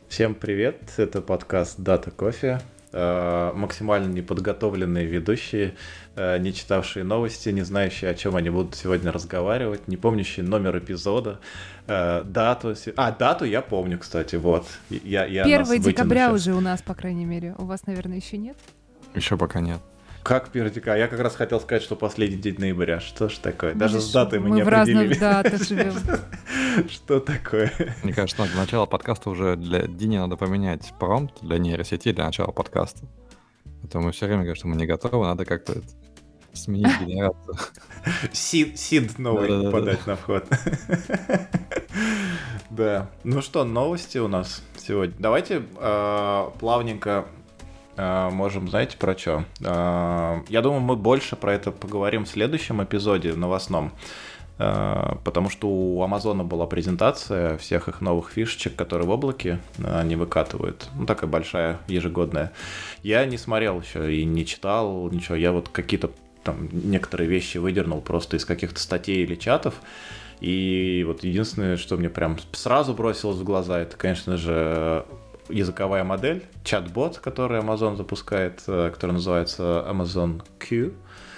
Всем привет, это подкаст Data Coffee. Максимально неподготовленные ведущие, не читавшие новости, не знающие, о чем они будут сегодня разговаривать, не помнящие номер эпизода, дату. Дату я помню, кстати, вот. Я нас 1 вытяну декабря сейчас. уже у нас, по крайней мере. У вас, наверное, еще нет? Еще пока нет. Как 1 декабря? Я как раз хотел сказать, что последний день ноября. Что ж такое? Даже Видишь, с датой мы не в определились. разных датах живем. Что такое? Мне кажется, для начала подкаста уже для Дини надо поменять промпт для нейросети для начала подкаста. А то мы все время говорим, что мы не готовы, надо как-то сменить генерацию. Сид новый Да-да-да. подать на вход. Да. Ну что, новости у нас сегодня. Давайте плавненько можем, знаете, про что? Я думаю, мы больше про это поговорим в следующем эпизоде новостном. Потому что у Амазона была презентация всех их новых фишечек, которые в облаке они выкатывают. Ну, такая большая, ежегодная. Я не смотрел еще и не читал ничего. Я вот какие-то там некоторые вещи выдернул просто из каких-то статей или чатов. И вот единственное, что мне прям сразу бросилось в глаза, это, конечно же, языковая модель, чат-бот, который Amazon запускает, который называется Amazon Q.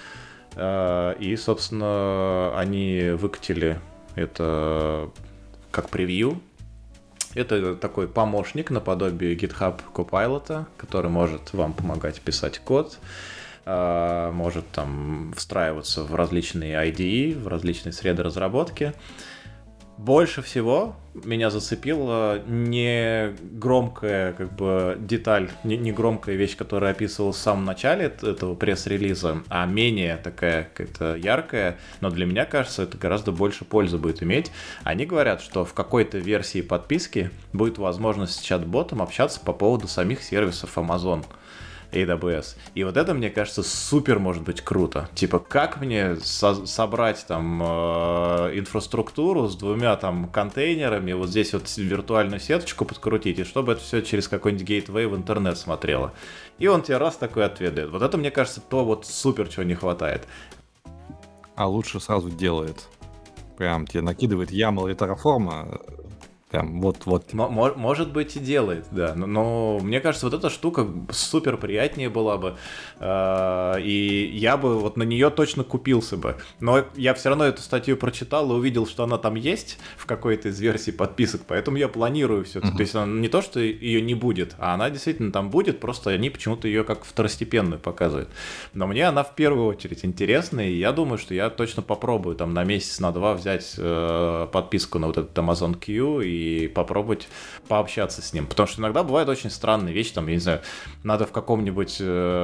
И, собственно, они выкатили это как превью. Это такой помощник наподобие GitHub Copilot, который может вам помогать писать код, может там встраиваться в различные IDE, в различные среды разработки. Больше всего меня зацепила не громкая деталь, не громкая вещь, которую описывал в самом начале этого пресс-релиза, а менее такая какая-то яркая, но для меня кажется, это гораздо больше пользы будет иметь. Они говорят, что в какой-то версии подписки будет возможность с чат-ботом общаться по поводу самих сервисов Amazon. AWS. И вот это, мне кажется, супер может быть круто. Типа, как мне собрать там инфраструктуру с 2 там контейнерами, вот здесь вот виртуальную сеточку подкрутить, и чтобы это все через какой-нибудь гейтвей в интернет смотрело. И он тебе раз такой ответ дает. Вот это, мне кажется, то вот супер, чего не хватает. А лучше сразу делает. Прям тебе накидывает YAML и Terraform. Прям вот. Может быть и делает, да. Но мне кажется, вот эта штука супер приятнее была бы. И я бы вот на нее точно купился бы. Но я все равно эту статью прочитал и увидел, что она там есть в какой-то из версий подписок. Поэтому я планирую все. То есть она не то, что ее не будет, а она действительно там будет, просто они почему-то ее как второстепенную показывают. Но мне она в первую очередь интересна, и я думаю, что я точно попробую там на месяц, на 2 взять подписку на вот этот Amazon Q и попробовать пообщаться с ним. Потому что иногда бывают очень странные вещи, там, я не знаю, надо в каком-нибудь,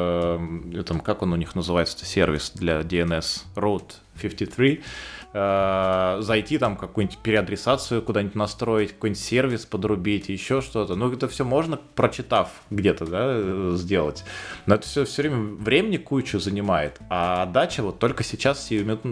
как он у них называется, сервис для DNS, Route 53, зайти там какую-нибудь переадресацию куда-нибудь настроить, какой-нибудь сервис подрубить, еще что-то. Ну, это все можно, прочитав где-то, да, сделать. Но это все время времени кучу занимает. А дача вот только сейчас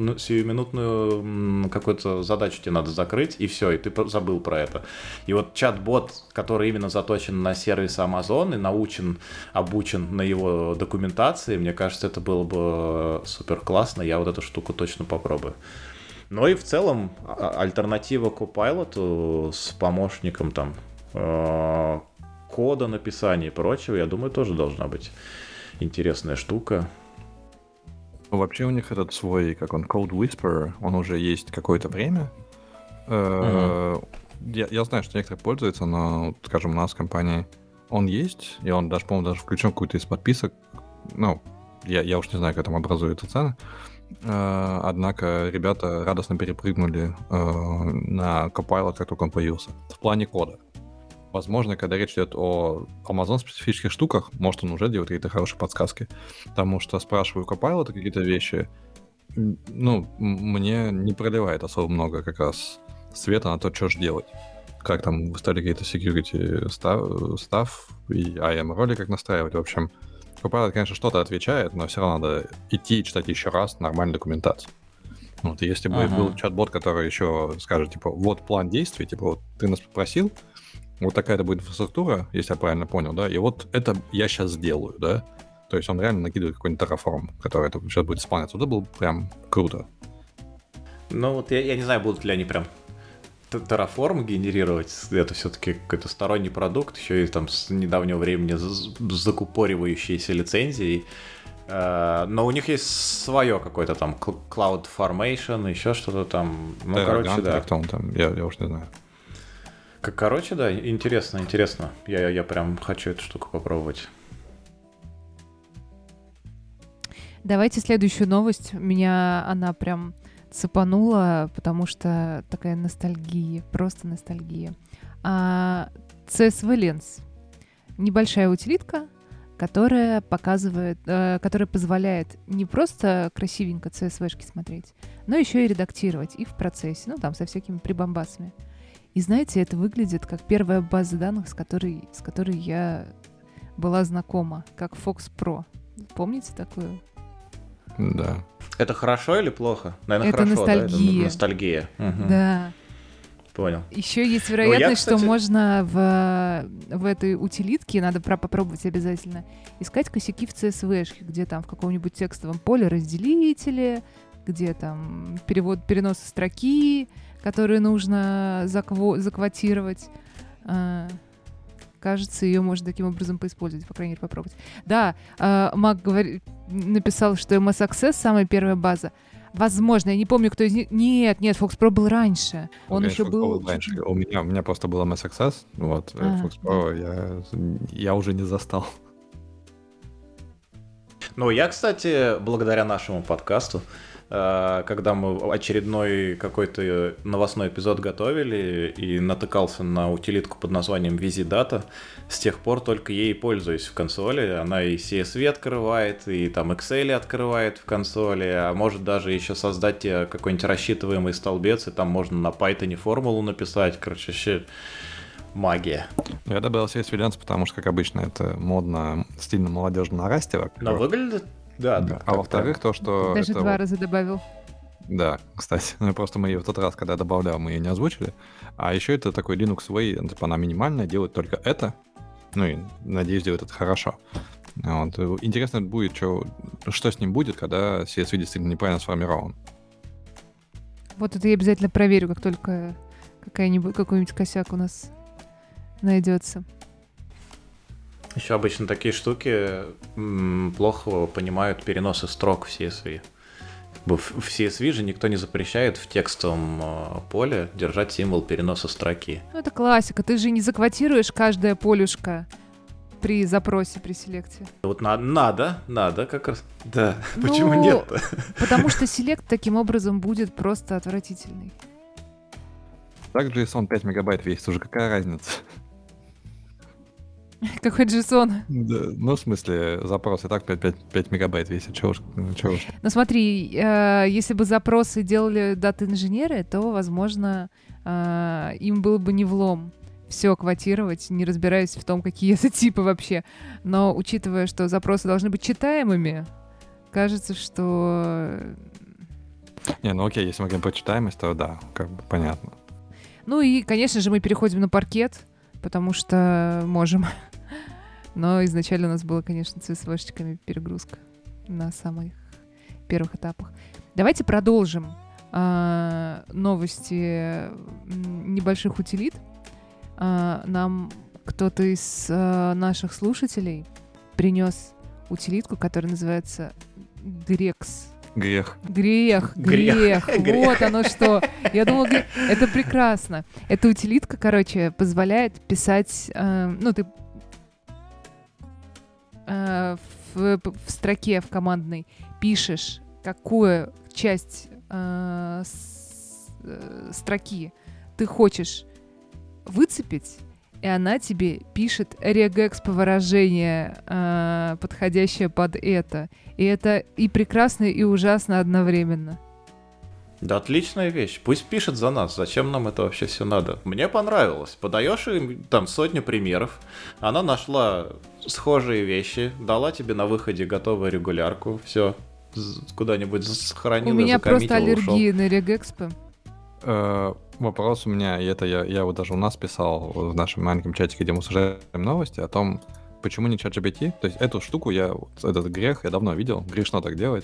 сиюминутную какую-то задачу тебе надо закрыть, и все, и ты забыл про это. И вот чат-бот, который именно заточен на сервис Amazon и обучен на его документации, мне кажется, это было бы супер классно. Я вот эту штуку точно попробую. Ну и в целом альтернатива Copilot с помощником там кода написания и прочего, я думаю, тоже должна быть интересная штука. Вообще у них этот свой, как он, Code Whisperer, он уже есть какое-то время. Я знаю, что некоторые пользуются, но, скажем, у нас в компании он есть, и он даже, по-моему, даже включен в какую-то из подписок. Ну, я уж не знаю, как там образуются цены. Однако ребята радостно перепрыгнули на Copilot, как только он появился. В плане кода. Возможно, когда речь идет о Amazon-специфических штуках, может, он уже делает какие-то хорошие подсказки. Потому что спрашиваю Copilot какие-то вещи, ну, мне не проливает особо много как раз света на то, что же делать. Как там выставили какие-то security stuff и IAM-роли как настраивать. В общем, Copilot, конечно, что-то отвечает, но все равно надо идти и читать еще раз нормальную документацию. Вот, и если бы был чат-бот, который еще скажет, типа, вот план действий, типа, вот ты нас попросил, вот такая-то будет инфраструктура, если я правильно понял, да, и вот это я сейчас сделаю, да. То есть он реально накидывает какой-нибудь Terraform, который это сейчас будет исполняться. Вот это было прям круто. Ну вот я не знаю, будут ли они прям Terraform генерировать, это все-таки какой-то сторонний продукт, еще и там с недавнего времени закупоривающиеся лицензией. Но у них есть свое какое-то там Cloud Formation, еще что-то там. Ну, короче, да. Кто он там, я уж не знаю. Короче, да, интересно. Я прям хочу эту штуку попробовать. Давайте следующую новость. Меня она прям цепанула, потому что такая ностальгия, просто ностальгия. CSV Lens. Небольшая утилитка, которая показывает, которая позволяет не просто красивенько CSV-шки смотреть, но еще и редактировать их в процессе, ну там со всякими прибамбасами. И знаете, это выглядит как первая база данных, с которой я была знакома, как Fox Pro. Помните такую? Да. Это хорошо или плохо? Наверное, Это хорошо, ностальгия. да? Это ностальгия. Угу. Да. Понял. Еще есть вероятность, кстати... что можно в этой утилитке, надо попробовать обязательно, искать косяки в CSV, где там в каком-нибудь текстовом поле разделители, где там перенос строки, которые нужно заквотировать. Кажется, ее можно таким образом поиспользовать, по крайней мере, попробовать. Да, Мак написал, что MS Access самая первая база. Возможно, я не помню, кто из них. Нет, Fox Pro был раньше. Он еще был... раньше. У меня просто был MS Access, вот. Fox Pro я уже не застал. Ну, я, кстати, благодаря нашему подкасту, когда мы очередной какой-то новостной эпизод готовили и натыкался на утилитку под названием VisiData, с тех пор только ей пользуюсь в консоли. Она и CSV открывает, и там Excel открывает в консоли, а может даже еще создать какой-нибудь рассчитываемый столбец, и там можно на Python формулу написать. Короче, вообще магия. Я добавил CSV Lens, потому что, как обычно, это модно, стильно, молодежно на Расте. Но выглядит... Да. А во-вторых, то, что... Даже это 2 раза добавил. Да, кстати. Ну, просто мы ее в тот раз, когда я добавлял, мы ее не озвучили. А еще это такой Linux Way, типа она минимальная, делает только это. Ну и, надеюсь, делает это хорошо. Вот. Интересно будет, что с ним будет, когда CSV действительно неправильно сформирован. Вот это я обязательно проверю, как только какой-нибудь косяк у нас найдется. Еще обычно такие штуки плохо понимают переносы строк в CSV. В CSV же никто не запрещает в текстовом поле держать символ переноса строки. Ну, это классика. Ты же не заквотируешь каждое полюшко при запросе, при селекте. Вот надо как раз. Да, Ну, почему нет? Потому что селект таким образом будет просто отвратительный. Так JSON 5 мегабайт весит, уже какая разница? Какой JSON? Да, ну, в смысле, запрос и так 5 мегабайт весит. Чего уж. Ну смотри, если бы запросы делали дата-инженеры, то, возможно, им было бы не влом все квотировать, не разбираясь в том, какие это типы вообще. Но учитывая, что запросы должны быть читаемыми, кажется, что... Не, ну окей, если мы говорим про читаемость, то да, как бы понятно. Ну и, конечно же, мы переходим на паркет, потому что можем. Но изначально у нас было, конечно, с CSV-шечками перегрузка на самых первых этапах. Давайте продолжим новости небольших утилит. Нам кто-то из наших слушателей принес утилитку, которая называется Grex. Грех. Вот оно что. Я думала, это прекрасно. Эта утилитка, короче, позволяет писать... ты в строке в командной пишешь, какую часть строки ты хочешь выцепить, и она тебе пишет регэкспо выражение, подходящее под это. И это и прекрасно, и ужасно одновременно. Да, отличная вещь. Пусть пишет за нас. Зачем нам это вообще все надо? Мне понравилось. Подаешь им там 100 примеров. Она нашла схожие вещи, дала тебе на выходе готовую регулярку. Все, куда-нибудь сохранила, У меня закоммитила, просто аллергия на регэкспо. Вопрос у меня, и это я вот даже у нас писал в нашем маленьком чатике, где мы обсуждаем новости, о том, почему не ChatGPT. То есть эту штуку этот грех я давно видел, грешно так делать.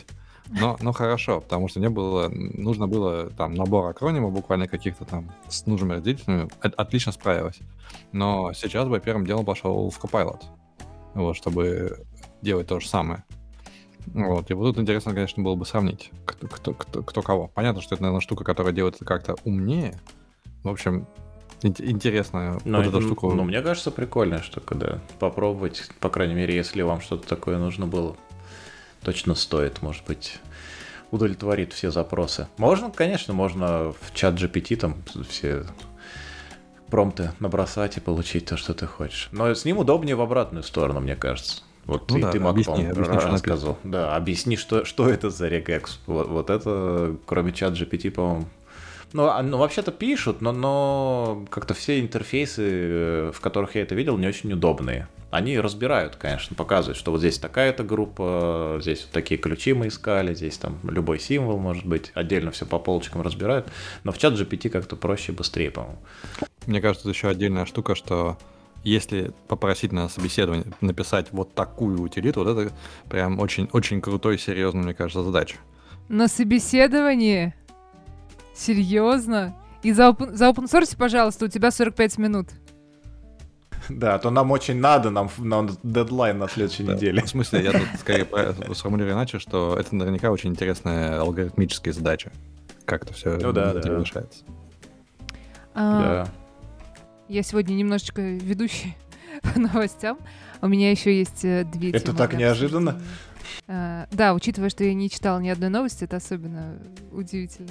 Но хорошо, потому что нужно было там набор акронимов буквально каких-то там с нужными разделителями. Отлично справилась. Но сейчас бы первым делом пошел в Copilot, вот, чтобы делать то же самое. Вот. И вот тут интересно, конечно, было бы сравнить, кто кого. Понятно, что это, наверное, штука, которая делает это как-то умнее. В общем, интересно вот эту штуку. Ну, мне кажется, прикольная штука, да. Попробовать, по крайней мере, если вам что-то такое нужно было. Точно стоит, может быть, удовлетворит все запросы. Можно в чат GPT там все промпты набросать и получить то, что ты хочешь. Но с ним удобнее в обратную сторону, мне кажется. Вот Ну и да, ты, Мак, объясни, что рассказывал. Да, объясни, что это за регекс. Вот это, кроме чат GPT, по-моему. Ну, вообще-то пишут, но как-то все интерфейсы, в которых я это видел, не очень удобные. Они разбирают, конечно, показывают, что вот здесь такая-то группа, здесь вот такие ключи мы искали, здесь там любой символ может быть, отдельно все по полочкам разбирают. Но в чат GPT как-то проще и быстрее, по-моему. Мне кажется, это еще отдельная штука, что если попросить на собеседование написать вот такую утилиту, вот это прям очень крутой и серьезный, мне кажется, задача. На собеседовании? Серьезно? И за open source, пожалуйста, у тебя 45 минут. Да, то нам очень надо, нам дедлайн на следующей неделе. В смысле, я тут скорее сформулирую иначе, что это наверняка очень интересная алгоритмическая задача. Как это все решается. Да. Я сегодня немножечко ведущий по новостям. У меня еще есть две темы. Это так неожиданно? Да, учитывая, что я не читала ни одной новости, это особенно удивительно.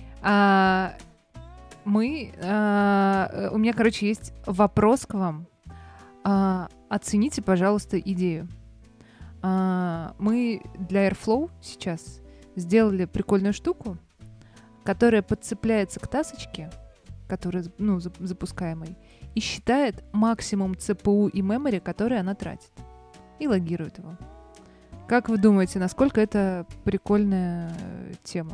У меня, короче, есть вопрос к вам. Оцените, пожалуйста, идею. Мы для Airflow сейчас сделали прикольную штуку, которая подцепляется к тасочке, которая, запускаемой, и считает максимум CPU и memory, который она тратит, и логирует его. Как вы думаете, насколько это прикольная тема?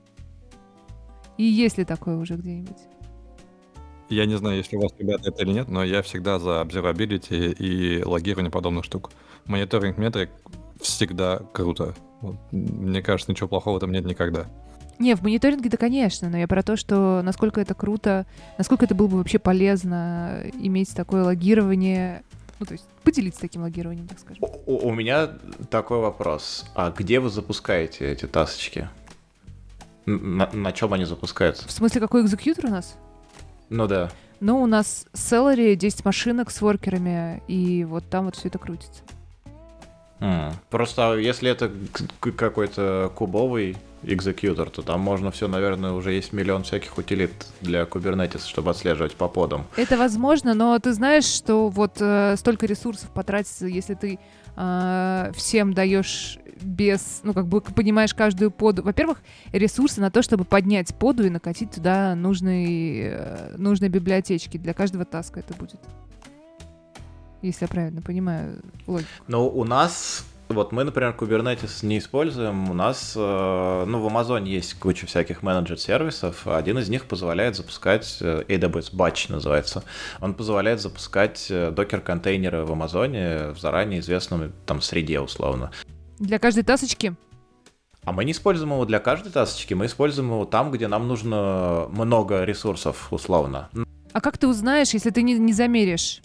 И есть ли такое уже где-нибудь? Я не знаю, если у вас, ребята, это или нет, но я всегда за observability и логирование подобных штук. Мониторинг метрик всегда круто. Вот, мне кажется, ничего плохого в этом нет никогда. Не, в мониторинге-то, конечно, но я про то, что насколько это круто, насколько это было бы вообще полезно иметь такое логирование, то есть поделиться таким логированием, так скажем. У меня такой вопрос. А где вы запускаете эти тасочки? На чем они запускаются? В смысле, какой экзекьютор у нас? Ну да. У нас Celery, 10 машинок с воркерами, и вот там вот все это крутится. Просто если это какой-то кубовый экзекьютор, то там можно все, наверное, уже есть миллион всяких утилит для Kubernetes, чтобы отслеживать по подам. Это возможно, но ты знаешь, что вот столько ресурсов потратится, если ты всем даешь без, понимаешь каждую поду. Во-первых, ресурсы на то, чтобы поднять поду и накатить туда нужные библиотечки. Для каждого таска это будет. Если я правильно понимаю логику. У нас... Вот мы, например, Kubernetes не используем. У нас, в Amazon есть куча всяких менеджер-сервисов. Один из них позволяет запускать, AWS Batch называется. Он позволяет запускать докер-контейнеры в Амазоне в заранее известном там среде, условно. Для каждой тасочки? А мы не используем его для каждой тасочки, мы используем его там, где нам нужно много ресурсов, условно. А как ты узнаешь, если ты не замеришь?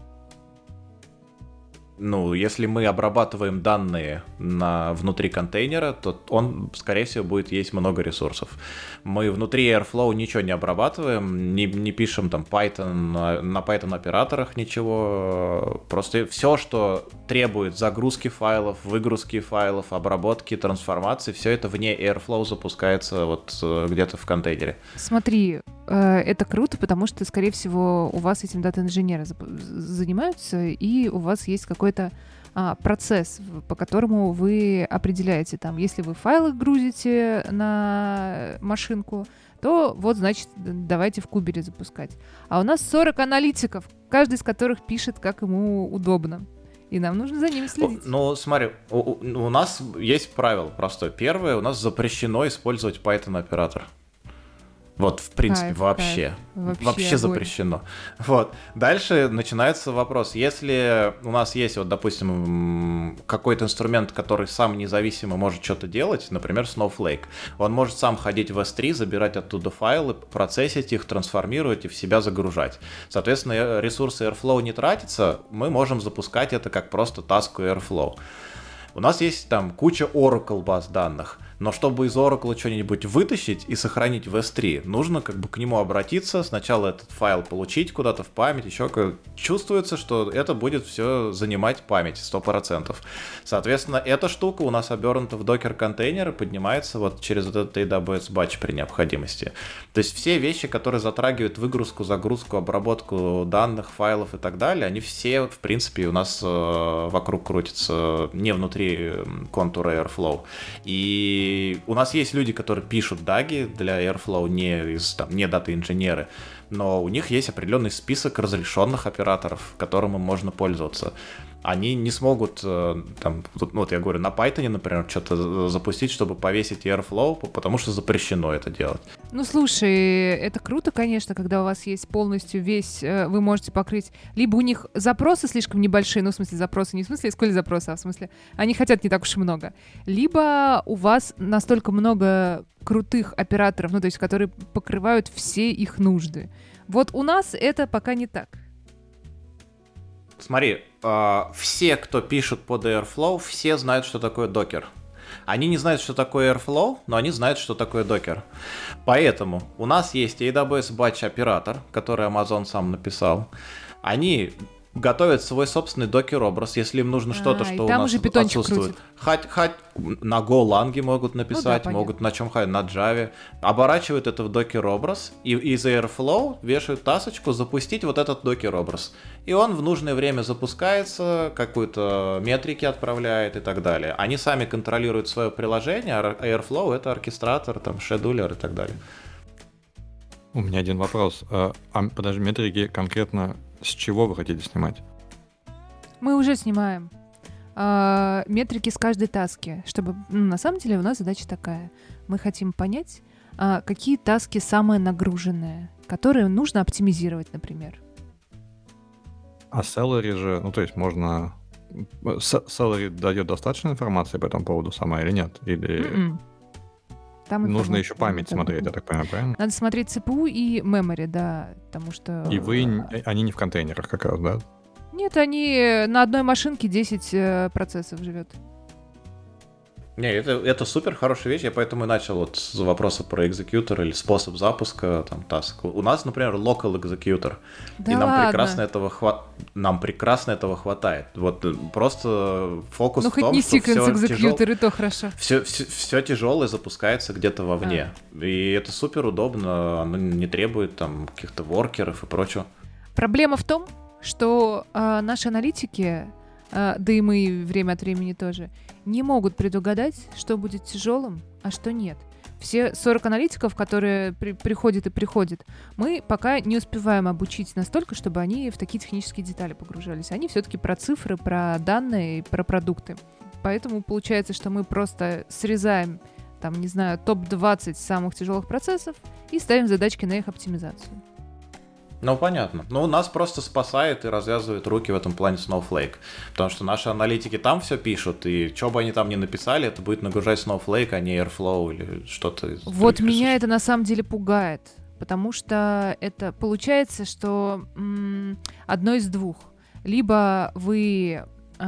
Если мы обрабатываем данные внутри контейнера, то он, скорее всего, будет есть много ресурсов. Мы внутри Airflow ничего не обрабатываем, не пишем там Python, на Python операторах ничего. Просто все, что требует загрузки файлов, выгрузки файлов, обработки, трансформации, все это вне Airflow запускается вот где-то в контейнере. Смотри, это круто, потому что, скорее всего, у вас этим дата-инженеры занимаются, и у вас есть какой-то процесс, по которому вы определяете, там, если вы файлы грузите на машинку, то вот, значит, давайте в кубере запускать. А у нас 40 аналитиков, каждый из которых пишет, как ему удобно. И нам нужно за ними следить. Смотри, у нас есть правило простое. Первое, у нас запрещено использовать Python-оператор. Вот, в принципе, Кайф, вообще. кайф. Вообще огонь. запрещено. Вот. Дальше начинается вопрос. Если у нас есть, вот, допустим, какой-то инструмент, который сам независимо может что-то делать, например, Snowflake, он может сам ходить в S3, забирать оттуда файлы, процессить их, трансформировать и в себя загружать. Соответственно, ресурсы Airflow не тратятся, мы можем запускать это как просто таску Airflow. У нас есть там куча Oracle баз данных, но чтобы из Oracle что-нибудь вытащить и сохранить в S3, нужно как бы к нему обратиться, сначала этот файл получить куда-то в память, еще чувствуется, что это будет все занимать память 100%. Соответственно, эта штука у нас обернута в докер-контейнер и поднимается вот через вот этот AWS batch при необходимости. То есть все вещи, которые затрагивают выгрузку, загрузку, обработку данных, файлов и так далее, они все, в принципе, у нас вокруг крутятся не внутри контура Airflow. И у нас есть люди, которые пишут даги для Airflow, не дата-инженеры, но у них есть определенный список разрешенных операторов, которым им можно пользоваться. Они не смогут, вот я говорю, на Python, например, что-то запустить, чтобы повесить Airflow, потому что запрещено это делать. Ну, слушай, это круто, конечно, когда у вас есть полностью вы можете покрыть, либо у них запросы слишком небольшие, ну, в смысле запросы, не в смысле сколько запросов, а в смысле они хотят не так уж и много, либо у вас настолько много крутых операторов, ну, то есть, которые покрывают все их нужды. Вот у нас это пока не так. Смотри, все, кто пишут под Airflow, все знают, что такое докер. Они не знают, что такое Airflow, но они знают, что такое докер. Поэтому у нас есть AWS Batch оператор, который Amazon сам написал. Они готовят свой собственный докер-образ, если им нужно что-то, что у нас отсутствует. На Golang могут написать, могут на чем хотят, на Java. Оборачивают это в докер-образ, и из Airflow вешают тасочку запустить вот этот докер-образ. И он в нужное время запускается, какие-то метрики отправляет и так далее. Они сами контролируют свое приложение, а Airflow — это оркестратор, там, шедулер и так далее. У меня один вопрос. Подожди, метрики конкретно с чего вы хотите снимать? Мы уже снимаем метрики с каждой таски, чтобы, на самом деле, у нас задача такая. Мы хотим понять, какие таски самые нагруженные, которые нужно оптимизировать, например. А salary же, ну, то есть можно... Salary дает достаточно информации по этому поводу сама или нет? Или... Там нужно еще память смотреть, я так понимаю, правильно? Надо смотреть CPU и memory, да, потому что... И они не в контейнерах как раз, да? Нет, они на одной машинке 10 процессов живет. Не, это супер хорошая вещь, я поэтому и начал вот с вопроса про экзекьютор или способ запуска, там, task. У нас, например, local экзекьютор, да и ладно? нам прекрасно этого хватает. Вот просто фокус в том, что хоть не секвенс экзекьютор, и то хорошо. Все тяжелое запускается где-то вовне, и это супер удобно, оно не требует там каких-то воркеров и прочего. Проблема в том, что наши аналитики, да и мы время от времени тоже, не могут предугадать, что будет тяжелым, а что нет. Все 40 аналитиков, которые приходят, мы пока не успеваем обучить настолько, чтобы они в такие технические детали погружались. Они все-таки про цифры, про данные, про продукты. Поэтому получается, что мы просто срезаем, там, не знаю, топ-20 самых тяжелых процессов и ставим задачки на их оптимизацию. Ну, понятно. Ну, нас просто спасает и развязывает руки в этом плане Snowflake. Потому что наши аналитики там все пишут, и что бы они там ни написали, это будет нагружать Snowflake, а не Airflow или что-то из Вот меня это на самом деле пугает. Потому что это получается, что одно из двух. Либо вы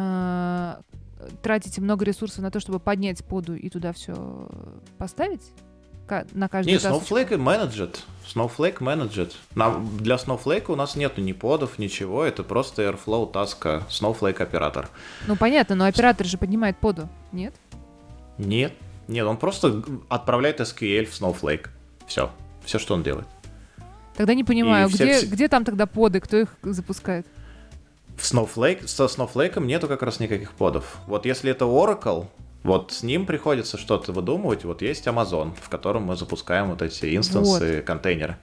тратите много ресурсов на то, чтобы поднять поду и туда все поставить, на каждую тасочку. Snowflake менеджет. Для Snowflake у нас нету ни подов, ничего, это просто Airflow таска, Snowflake оператор. Ну понятно, но оператор же поднимает поду, нет? Нет, он просто отправляет SQL в Snowflake. Все, что он делает. Тогда не понимаю, где там тогда поды, кто их запускает? Со Snowflake нету как раз никаких подов. Вот если это Oracle, вот с ним приходится что-то выдумывать. Вот есть Amazon, в котором мы запускаем вот эти инстансы, контейнеры.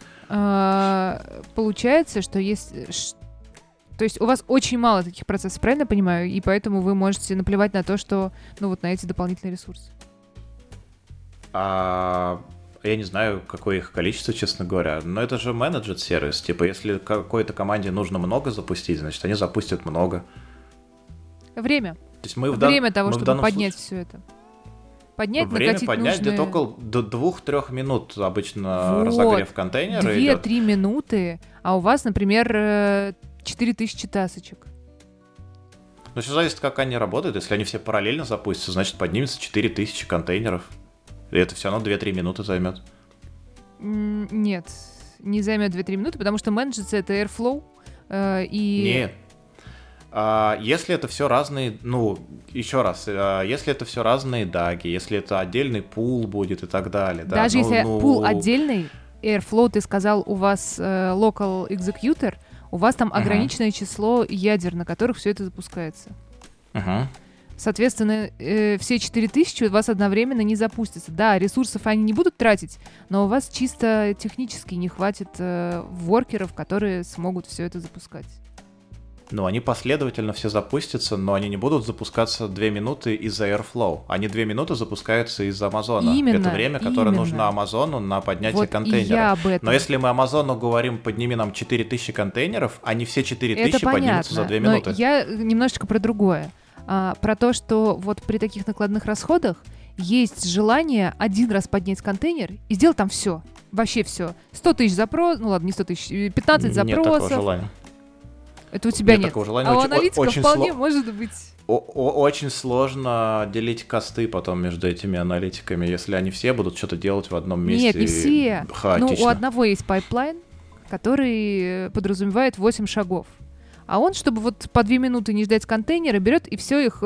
Получается, что есть... То есть у вас очень мало таких процессов, правильно я понимаю? И поэтому вы можете наплевать на то, что... Ну вот на эти дополнительные ресурсы. я не знаю, какое их количество, честно говоря, но это же менеджер сервис. Типа, если какой-то команде нужно много запустить, значит, они запустят много. Время. То есть мы Время того, мы чтобы поднять все это. Поднять, время накатить поднять нужные... где-то около до 2-3 минут обычно Вот. разогрев контейнера 2-3 идет. минуты, а у вас, например, 4000 тасочек. Но все зависит, как они работают. Если они все параллельно запустятся, значит, поднимется 4000 контейнеров. И это все равно 2-3 минуты займет. Нет, не займет 2-3 минуты, потому что менеджится это Airflow. И... Нет. Если это все разные, еще раз, если это все разные даги, если это отдельный пул будет и так далее. Даже если пул отдельный, Airflow, ты сказал, у вас local executor, у вас там ограниченное число ядер, на которых все это запускается. Соответственно, все 4000 у вас одновременно не запустятся. Да, ресурсов они не будут тратить, но у вас чисто технически не хватит воркеров, которые смогут все это запускать. Они последовательно все запустятся, но они не будут запускаться 2 минуты из-за Airflow. Они 2 минуты запускаются из Амазона. Это время, которое нужно Амазону на поднятие контейнера. Я об этом. Но если мы Амазону говорим, подними нам 4000 контейнеров, они все 4000 поднимутся за 2 минуты. Но я немножечко про другое. Про то, что вот при таких накладных расходах есть желание один раз поднять контейнер и сделать там все. Вообще все. 100 тысяч запросов, ну ладно, не 100 тысяч, 15 запросов. Нет такого желания. Это у тебя нет. Такого желания. А у аналитика вполне может быть. Очень сложно делить косты потом между этими аналитиками, если они все будут что-то делать в одном месте. Нет, не все. Хаотично. У одного есть пайплайн, который подразумевает 8 шагов. А он, чтобы вот по 2 минуты не ждать контейнера, берет и все их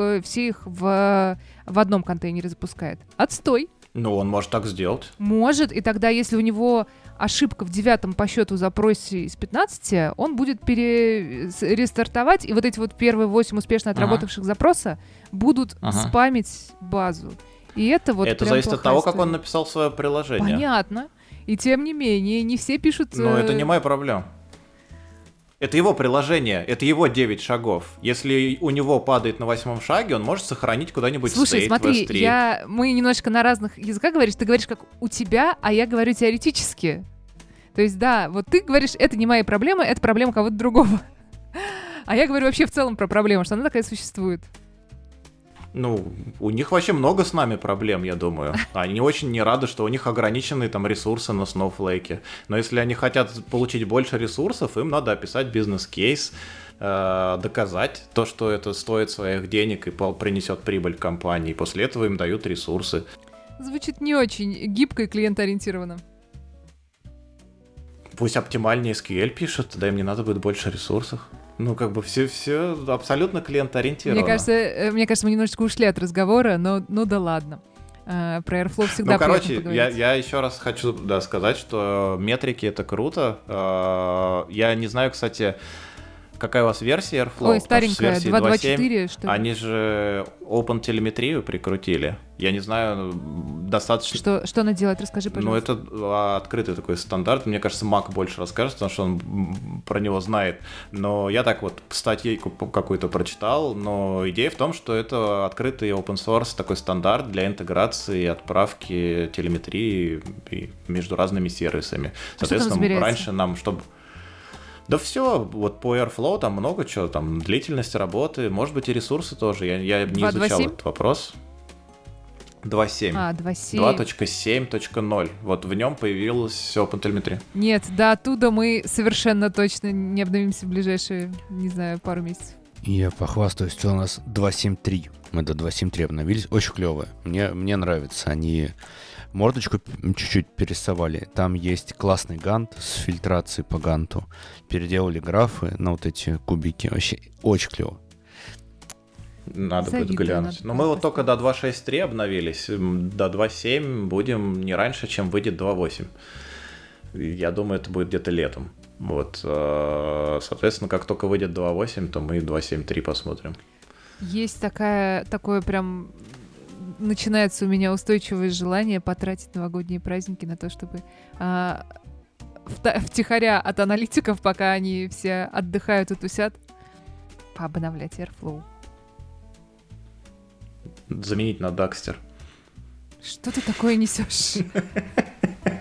в одном контейнере запускает. Отстой. Он может так сделать. Может, и тогда, если у него ошибка в 9-м по счету запросе из 15, он будет рестартовать, и вот эти вот первые 8 успешно отработавших запроса будут спамить базу. И это вот это зависит от того, как он написал свое приложение. Понятно. И тем не менее, не все пишут... это не моя проблема. Это его приложение, это его 9 шагов. Если у него падает на 8-м шаге, он может сохранить куда-нибудь Слушай, стейт смотри, в S3. мы немножко на разных языках говоришь. Ты говоришь как у тебя, а я говорю теоретически. То есть, да, вот ты говоришь, это не моя проблема, это проблема кого-то другого. А я говорю вообще в целом про проблему, что она такая существует. У них вообще много с нами проблем, я думаю. Они очень не рады, что у них ограниченные там ресурсы на Snowflake. Но если они хотят получить больше ресурсов, им надо описать бизнес-кейс, доказать то, что это стоит своих денег и принесет прибыль компании. После этого им дают ресурсы. Звучит не очень гибко и клиентоориентированно. Пусть оптимальнее SQL пишут, тогда им не надо будет больше ресурсов. Все абсолютно клиентоориентировано. Мне кажется, мы немножечко ушли от разговора, но да ладно. Про Airflow всегда приятно поговорить. Я еще раз хочу сказать, что метрики — это круто. Я не знаю, кстати, какая у вас версия Airflow. Ой, старенькая, 2.2.4, что ли? Они же OpenTelemetry прикрутили. Я не знаю, достаточно... Что она делает? Расскажи, пожалуйста. Это открытый такой стандарт. Мне кажется, Мак больше расскажет, потому что он про него знает. Но я так вот статейку какую-то прочитал. Но идея в том, что это открытый open source такой стандарт для интеграции и отправки телеметрии между разными сервисами. Соответственно, раньше нам, чтобы... Да все, вот по Airflow там много чего, там длительность работы, может быть и ресурсы тоже, я не изучал этот вопрос. 2.7. 2.7.0. Вот в нем появилась OpenTelemetry. Нет, до оттуда мы совершенно точно не обновимся в ближайшие, не знаю, пару месяцев. Я похвастаюсь, что у нас 2.7.3. Мы до 2.7.3 обновились. Очень клевые. Мне нравится. Они мордочку чуть-чуть перерисовали. Там есть классный гант с фильтрацией по ганту. Переделали графы на вот эти кубики. Вообще очень клево. Надо будет глянуть. Но мы вот только до 2.6.3 обновились. До 2.7 будем не раньше, чем выйдет 2.8. Я думаю, это будет где-то летом. Вот. Соответственно, как только выйдет 2.8, то мы 2.7.3 посмотрим. Есть такое прям... Начинается у меня устойчивое желание потратить новогодние праздники на то, чтобы втихаря от аналитиков, пока они все отдыхают и тусят, пообновлять Airflow. Заменить на Dagster. Что ты такое несешь?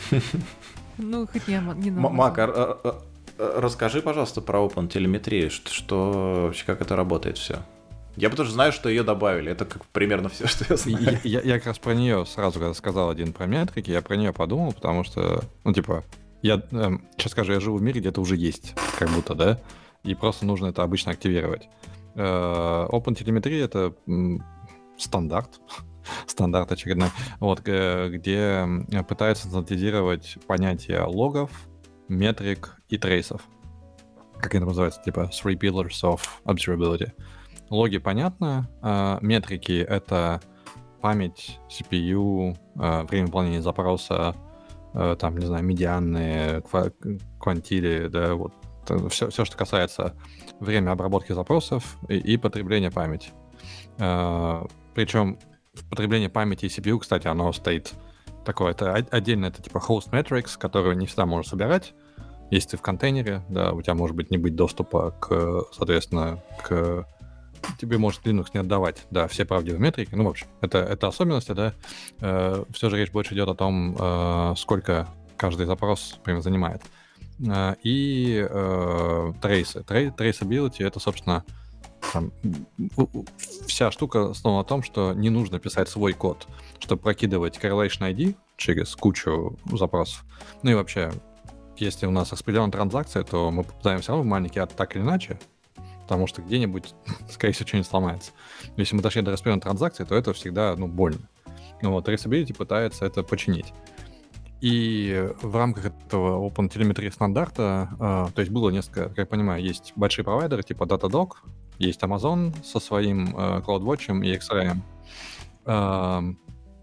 Ну, хоть не на Мак, Amazon. расскажи, пожалуйста, про OpenTelemetry, что вообще, как это работает все. Я потому что знаю, что ее добавили. Это как примерно все, что я знаю. Я как раз про нее сразу, когда сказал один про метрики, я про нее подумал, потому что, ну, типа, я сейчас скажу, я живу в мире, где это уже есть, как будто, да, и просто нужно это обычно активировать. OpenTelemetry — это стандарт очередной, вот, где пытаются стандартизировать понятия логов, метрик и трейсов. Как это называется? Типа three pillars of observability. Логи понятно, метрики — это память, CPU, время выполнения запроса, там, не знаю, медианные, квантили, да, вот, все, что касается времени обработки запросов и потребления памяти. Причем потребление памяти и CPU, кстати, оно стоит такое, это отдельно, это типа host metrics, которые не всегда можно собирать. Если ты в контейнере, да, у тебя может быть не быть доступа к, соответственно, к... Тебе может Linux не отдавать, да, все правдивые метрики. Ну, в общем, это особенности, да. Все же речь больше идет о том, сколько каждый запрос, например, занимает. И трейсы. Traceability — это, собственно, там, вся штука основана на том, что не нужно писать свой код, чтобы прокидывать correlation ID через кучу запросов. Ну и вообще, если у нас распределенная транзакция, то мы попадаем все равно в маленький ад так или иначе, потому что где-нибудь, скорее всего, что-нибудь сломается. Если мы дошли до распределенной транзакции, то это всегда, ну, больно. Ну вот, Traceability пытается это починить. И в рамках этого OpenTelemetry стандарта, то есть было несколько, как я понимаю, есть большие провайдеры типа Datadog, есть Amazon со своим CloudWatch и XRM.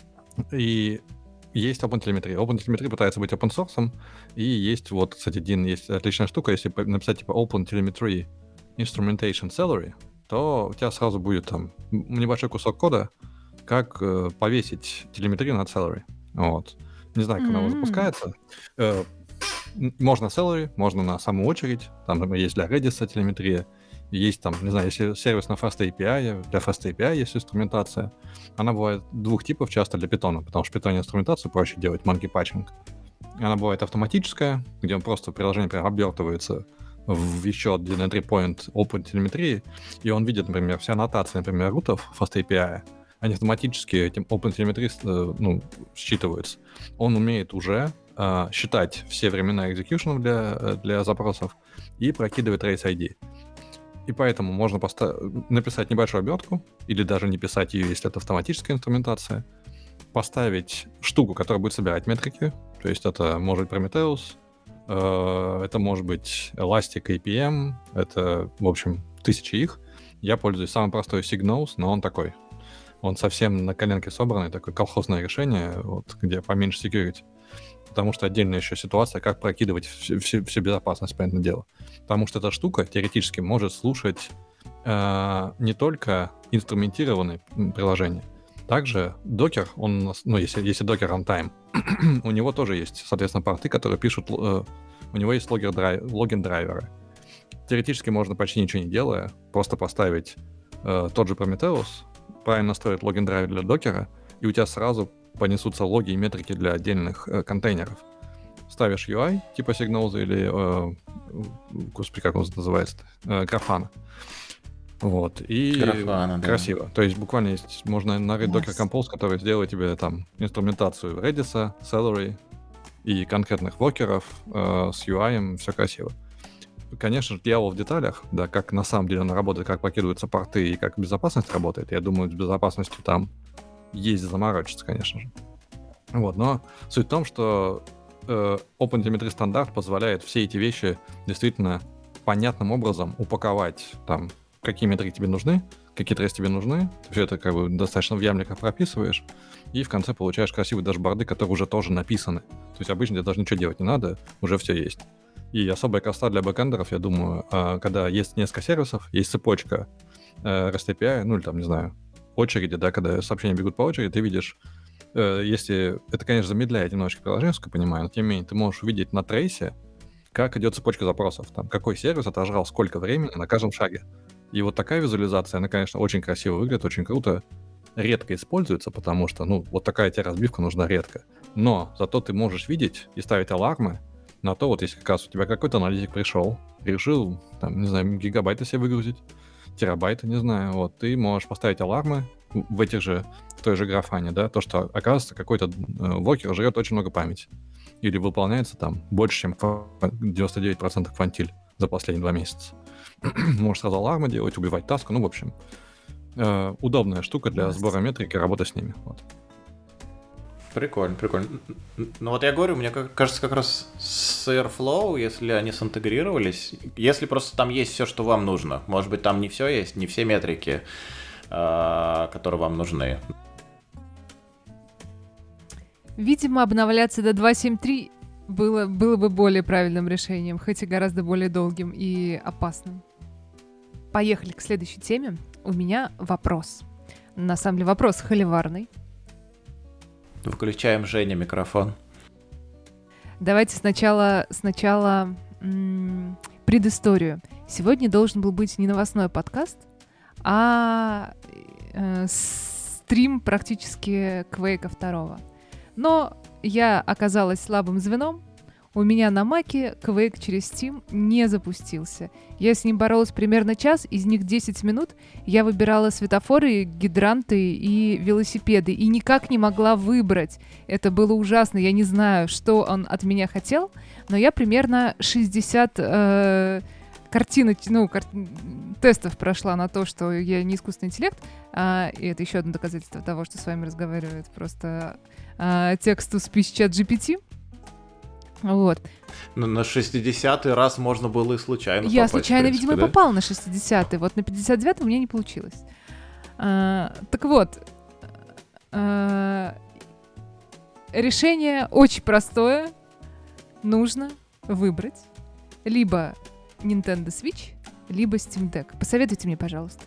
И есть OpenTelemetry. OpenTelemetry пытается быть open source, и есть вот, кстати, есть отличная штука, если написать типа OpenTelemetry Instrumentation Salary, то у тебя сразу будет там небольшой кусок кода, как повесить телеметрию над Salary. Вот. Не знаю, как она запускается. Можно Salary, можно на самую очередь. Там есть для Redis телеметрия. Есть там, не знаю, если сервис на FastAPI, для FastAPI есть инструментация. Она бывает двух типов часто для Python, потому что в Python инструментацию проще делать, monkey patching. Она бывает автоматическая, где он просто приложение прям обертывается в еще один entry point OpenTelemetry, и он видит, например, все аннотации, например, рутов FastAPI, они автоматически этим OpenTelemetry считываются. Он умеет уже считать все времена экзекьюшенов для запросов и прокидывать trace ID. И поэтому можно написать небольшую обертку, или даже не писать ее, если это автоматическая инструментация, поставить штуку, которая будет собирать метрики, то есть это может быть Prometheus, это может быть Elastic APM, это, в общем, тысячи их. Я пользуюсь самым простой Signos, но он такой. Он совсем на коленке собранный, такое колхозное решение, вот, где поменьше security. Потому что отдельная еще ситуация, как прокидывать всю безопасность, понятное дело. Потому что эта штука теоретически может слушать не только инструментированные приложения. Также докер, если докер runtime, у него тоже есть, соответственно, порты, которые пишут, у него есть логин-драйверы. Теоретически можно почти ничего не делая, просто поставить тот же Prometheus, правильно настроить логин-драйвер для докера, и у тебя сразу понесутся логи и метрики для отдельных контейнеров. Ставишь UI, типа Signals или, господи, как он называется-то, Grafana. Вот, и Grafana, красиво. Да. То есть буквально можно нарыть Docker Compose, который сделает тебе там инструментацию Redis, Celery и конкретных воркеров с UI, все красиво. Конечно же, дьявол в деталях, да, как на самом деле она работает, как прокидываются порты и как безопасность работает. Я думаю, с безопасностью там есть заморочиться, конечно же. Вот, но суть в том, что OpenTelemetry стандарт позволяет все эти вещи действительно понятным образом упаковать, там, какие метрики тебе нужны, какие трейсы тебе нужны. Все это как бы достаточно в ямликах прописываешь, и в конце получаешь красивые дашборды, которые уже тоже написаны. То есть обычно тебе даже ничего делать не надо, уже все есть. И особая красота для бэкэндеров, я думаю, когда есть несколько сервисов, есть цепочка REST API, ну или там, не знаю, очереди, да, когда сообщения бегут по очереди, ты видишь, если... Это, конечно, замедляет немножечко приложение, как я понимаю, но тем не менее ты можешь увидеть на трейсе, как идет цепочка запросов, там, какой сервис отожрал сколько времени на каждом шаге. И вот такая визуализация, она, конечно, очень красиво выглядит, очень круто. редко используется, потому что, ну, вот такая тебе разбивка нужна редко. Но зато ты можешь видеть и ставить алармы на то, вот если как раз у тебя какой-то аналитик пришел, решил, там, не знаю, гигабайты себе выгрузить, терабайты, не знаю, вот, ты можешь поставить алармы в той же графане, да, то, что, оказывается, какой-то воркер жрет очень много памяти. Или выполняется там больше, чем 99% квантиль за последние 2 месяца. Можешь сразу алармы делать, убивать таску, ну, в общем, удобная штука для сбора метрики и работы с ними. Вот. Прикольно. Ну вот я говорю, мне кажется, как раз с Airflow, если они синтегрировались, если просто там есть все, что вам нужно, может быть, там не все есть, не все метрики, которые вам нужны. Видимо, обновляться до 2.7.3 было бы более правильным решением, хоть и гораздо более долгим и опасным. Поехали к следующей теме. У меня вопрос. На самом деле вопрос холиварный. Выключаем Жене микрофон. Давайте сначала предысторию. Сегодня должен был быть не новостной подкаст, а стрим практически Quake 2. Но я оказалась слабым звеном. У меня на Маке Quake через Steam не запустился. Я с ним боролась примерно час, из них 10 минут я выбирала светофоры, гидранты и велосипеды, и никак не могла выбрать. Это было ужасно, я не знаю, что он от меня хотел, но я примерно 60 тестов прошла на то, что я не искусственный интеллект, и это еще одно доказательство того, что с вами разговаривает просто text-to-speech чат GPT. Вот. На 60-й раз можно было и случайно попасть. Я случайно, в принципе, видимо, да? попала на 60-й. Вот на 59-й у меня не получилось. Так вот. Решение очень простое. Нужно выбрать либо Nintendo Switch, либо Steam Deck. Посоветуйте мне, пожалуйста.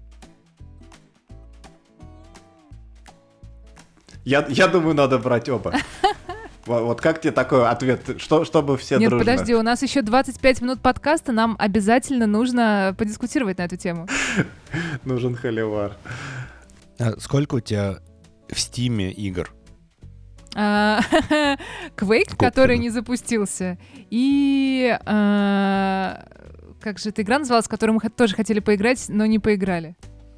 Я думаю, надо брать оба. Вот как тебе такой ответ? Чтобы все Нет, дружно... подожди, у нас еще 25 минут подкаста, нам обязательно нужно подискутировать на эту тему. Нужен холивар. А сколько у тебя в Стиме игр? Quake, который не запустился, и как же эта игра называлась, которую мы тоже хотели поиграть, но не поиграли.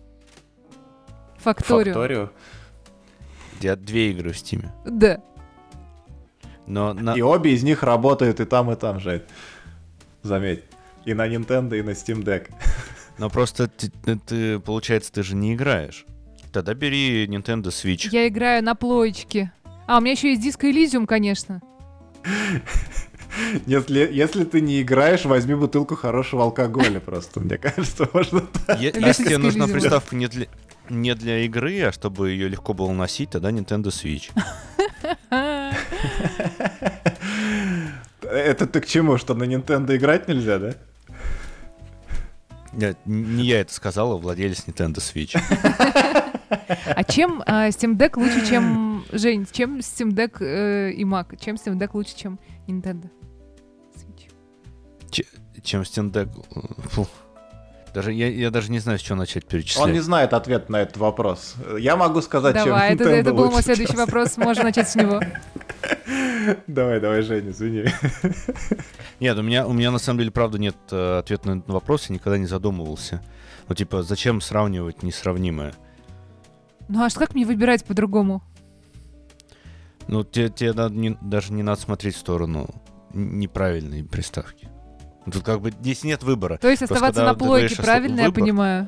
Факторио. У тебя 2 игры в Стиме. Да. Но И обе из них работают и там, Жень. Заметь. И на Nintendo, и на Steam Deck. Но просто ты, получается, ты же не играешь. Тогда бери Nintendo Switch. Я играю на плоечке. У меня еще есть Disco Elysium, конечно. Если ты не играешь, возьми бутылку хорошего алкоголя просто. Мне кажется, можно так. Если тебе нужна приставка не для игры, а чтобы ее легко было носить, тогда Nintendo Switch. Это ты к чему? Что на Nintendo играть нельзя, да? Не я это сказал, а владелец Nintendo Switch. А чем Steam Deck лучше, чем... Жень, чем Steam Deck и Mac? Чем Steam Deck лучше, чем Nintendo Switch? Чем Steam Deck... Фу. Я даже не знаю, с чего начать перечислять. Он не знает ответ на этот вопрос. Я могу сказать, Давай, чем Nintendo это был мой лучше, следующий вопрос, можно начать с него. Давай, Женя, извини. Нет, у меня на самом деле, правда, нет ответа на этот вопрос, я никогда не задумывался. Ну, типа, зачем сравнивать несравнимое? Ну, аж как мне выбирать по-другому? Ну, тебе даже не надо смотреть в сторону неправильной приставки. Тут как бы здесь нет выбора. То есть оставаться на плойке, правильно я понимаю?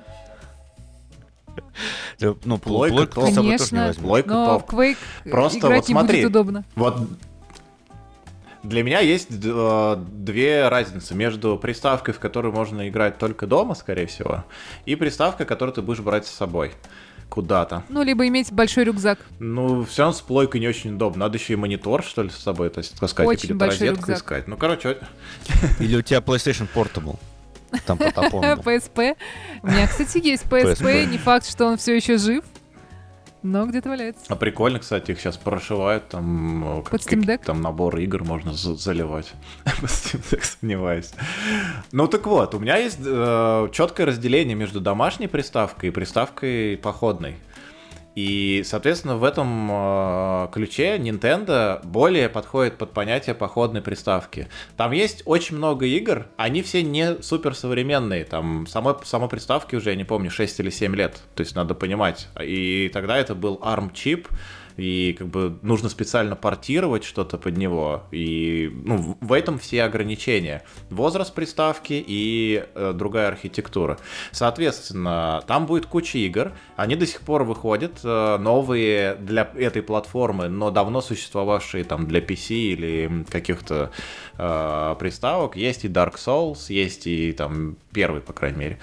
Плойка Ну, плойку с собой тоже не Конечно, возьму. Плойка но топ. в Quake Просто играть вот не смотри. будет удобно. Вот для меня есть 2 разницы между приставкой, в которую можно играть только дома, скорее всего, и приставкой, которую ты будешь брать с собой куда-то. Ну, либо иметь большой рюкзак. Ну, все равно с плойкой не очень удобно. Надо еще и монитор, что ли, с собой таскать, Очень и где-то большой розетку рюкзак. искать. Ну, короче, Или у тебя PlayStation Portable. Там по топону. PSP. У меня, кстати, есть PSP. PSP. Не факт, что он все еще жив, но где-то валяется. а прикольно, кстати, их сейчас прошивают, там Под Steam Deck? там набор игр можно заливать. Под Steam Deck сомневаюсь. Ну так вот, у меня есть четкое разделение между домашней приставкой и приставкой походной. И, соответственно, в этом ключе Nintendo более подходит под понятие походной приставки. Там есть очень много игр, они все не суперсовременные. Там самой приставке уже, я не помню, 6 или 7 лет. То есть надо понимать. И тогда это был ARM-чип, и как бы нужно специально портировать что-то под него, и в этом все ограничения. Возраст приставки и другая архитектура. Соответственно, там будет куча игр, они до сих пор выходят, новые для этой платформы, но давно существовавшие там для PC или каких-то приставок. Есть и Dark Souls, есть и там первый, по крайней мере.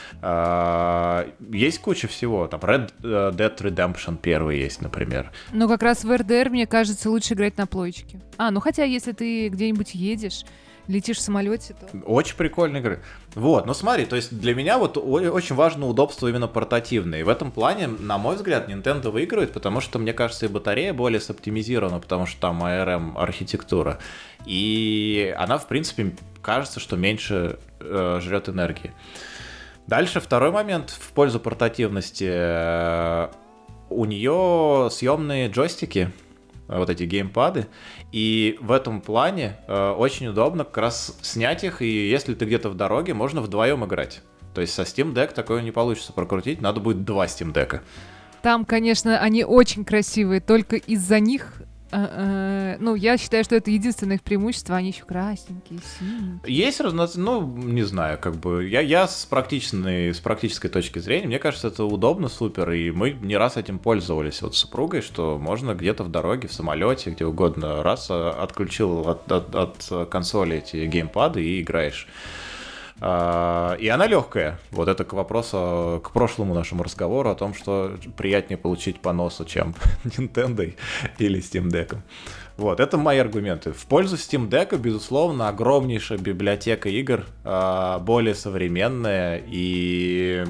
Есть куча всего. Там Red Dead Redemption 1 есть, например. Ну, как раз в RDR, мне кажется, лучше играть на плойчике. Ну хотя, если ты где-нибудь едешь, летишь в самолете, то... Очень прикольные игры. Вот, ну смотри, то есть для меня вот очень важно удобство именно портативное. И в этом плане, на мой взгляд, Nintendo выигрывает, потому что, мне кажется, и батарея более соптимизирована, потому что там ARM архитектура. И она, в принципе, кажется, что меньше жрет энергии. Дальше второй момент в пользу портативности. У нее съемные джойстики, вот эти геймпады, и в этом плане очень удобно как раз снять их, и если ты где-то в дороге, можно вдвоем играть. То есть со Steam Deck такое не получится прокрутить, надо будет 2 Steam Deck'а. Там, конечно, они очень красивые, только из-за них... я считаю, что это единственное их преимущество, они еще красненькие, синенькие. Есть не знаю, как бы, я с практической точки зрения, мне кажется, это удобно, супер, и мы не раз этим пользовались вот с супругой, что можно где-то в дороге, в самолете, где угодно, раз отключил от консоли эти геймпады и играешь. И она легкая. Вот это к вопросу, к прошлому нашему разговору о том, что приятнее получить по носу, чем Nintendo или Steam Deck. Вот, это мои аргументы. В пользу Steam Deck, безусловно, огромнейшая библиотека игр, более современная, и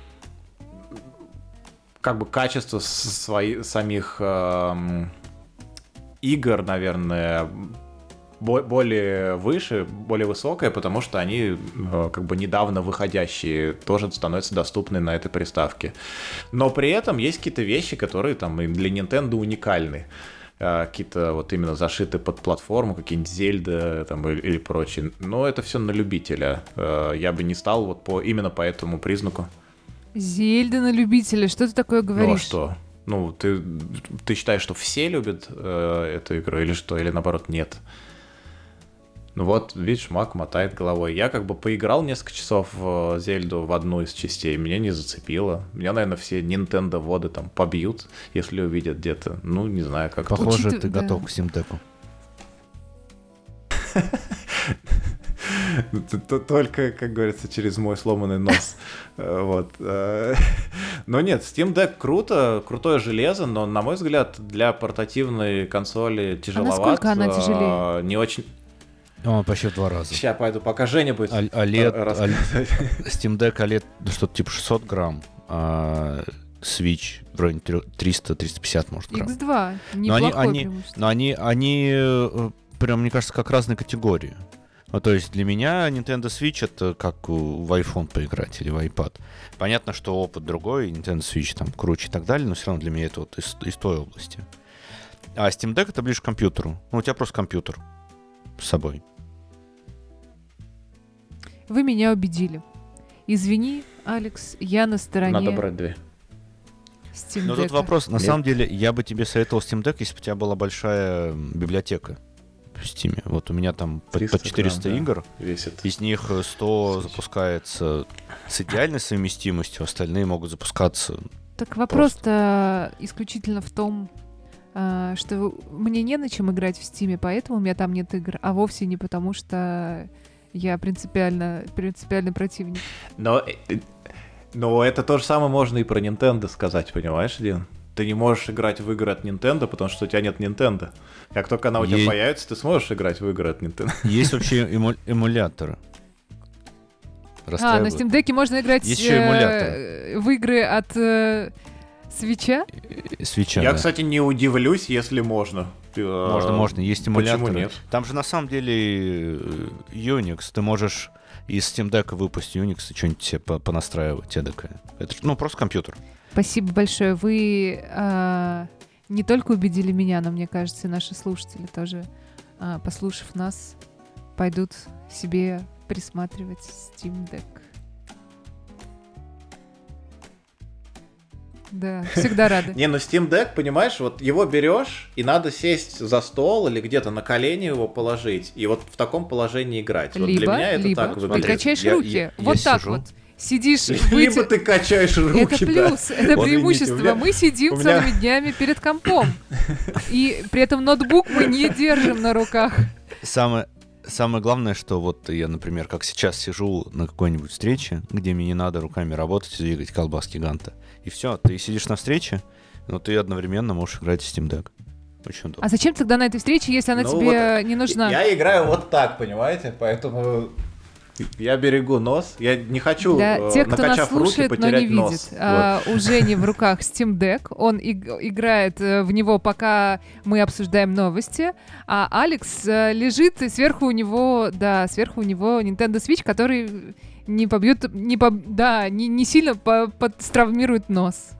как бы качество самих игр, наверное, более выше, более высокое, потому что они как бы недавно выходящие тоже становятся доступны на этой приставке. Но при этом есть какие-то вещи, которые там и для Nintendo уникальны. Какие-то вот именно зашиты под платформу, какие-нибудь Зельда там, или прочее. Но это все на любителя. Я бы не стал вот именно по этому признаку. Зельда на любителя? Что ты такое говоришь? Ну а что? Ну, ты считаешь, что все любят эту игру или что? Или наоборот нет? Ну вот, видишь, Мак мотает головой. Я как бы поиграл несколько часов в Зельду в одну из частей, меня не зацепило. Меня, наверное, все Nintendo-воды там побьют, если увидят где-то. Ну, не знаю, как. Похоже, ты готов к Steam Deck'у. Только, как говорится, через мой сломанный нос. Вот. Но нет, Steam Deck круто, крутое железо, но, на мой взгляд, для портативной консоли тяжеловато. А насколько она тяжелее? Не очень... Почти в 2 раза. Сейчас пойду, пока Женя будет Steam Deck OLED что-то типа 600 грамм, а Switch в районе 300-350, может, грамм. X2, неплохое преимущество. Но они прям, мне кажется, как разные категории. Ну, то есть для меня Nintendo Switch — это как в iPhone поиграть или в iPad. Понятно, что опыт другой, Nintendo Switch там круче и так далее, но все равно для меня это вот из той области. А Steam Deck — это ближе к компьютеру. Ну, у тебя просто компьютер с собой. Вы меня убедили. Извини, Алекс, я на стороне... Надо брать 2. Steam Но Deck'а. тут вопрос. На самом деле, я бы тебе советовал Steam Deck, если бы у тебя была большая библиотека в Steam. Вот у меня там по 400 игр. Весит. Из них 100 запускается с идеальной совместимостью, остальные могут запускаться... Так вопрос-то исключительно в том, что мне не на чем играть в Steam, поэтому у меня там нет игр, а вовсе не потому, что я принципиальный противник. Но это то же самое можно и про Nintendo сказать, понимаешь, Дин? Ты не можешь играть в игры от Nintendo, потому что у тебя нет Nintendo. Как только она у тебя появится, ты сможешь играть в игры от Nintendo. Есть вообще эмуляторы. На Steam Deck'е можно играть в игры от Свитча? Свитча, Я, кстати, не удивлюсь, если можно. Можно. Есть эмуляторы. Почему нет? Там же на самом деле Unix. Ты можешь из Steam Deck'а выпустить Unix и что-нибудь себе понастраивать эдакое. Это просто компьютер. Спасибо большое. Вы не только убедили меня, но, мне кажется, и наши слушатели тоже, послушав нас, пойдут себе присматривать Steam Deck. Да, всегда рады. Не, ну Steam Deck, понимаешь, вот его берешь, и надо сесть за стол или где-то на колени его положить, и вот в таком положении играть. Вот для меня это так ты выглядит. качаешь Я- руки. я Вот так сижу. вот. Сидишь, Либо ты качаешь руки, это да. плюс, это Вот, преимущество. извините, Мы сидим у меня- целыми днями перед компом. И при этом ноутбук мы не держим на руках. Самое главное, что вот я, например, как сейчас сижу на какой-нибудь встрече, где мне не надо руками работать и двигать колбаски Ганта. И все, ты сидишь на встрече, но ты одновременно можешь играть в Steam Deck. Очень удобно. А зачем тогда на этой встрече, если она Ну тебе вот, не нужна? Я играю вот так, понимаете, поэтому я берегу нос. Я не хочу, Для тех, кто нас накачав руки, слушает, но потерять не нос. видит, у Жени в руках Steam Deck, он играет в него, пока мы обсуждаем новости, а Алекс лежит, и сверху у него Nintendo Switch, который не сильно травмирует нос.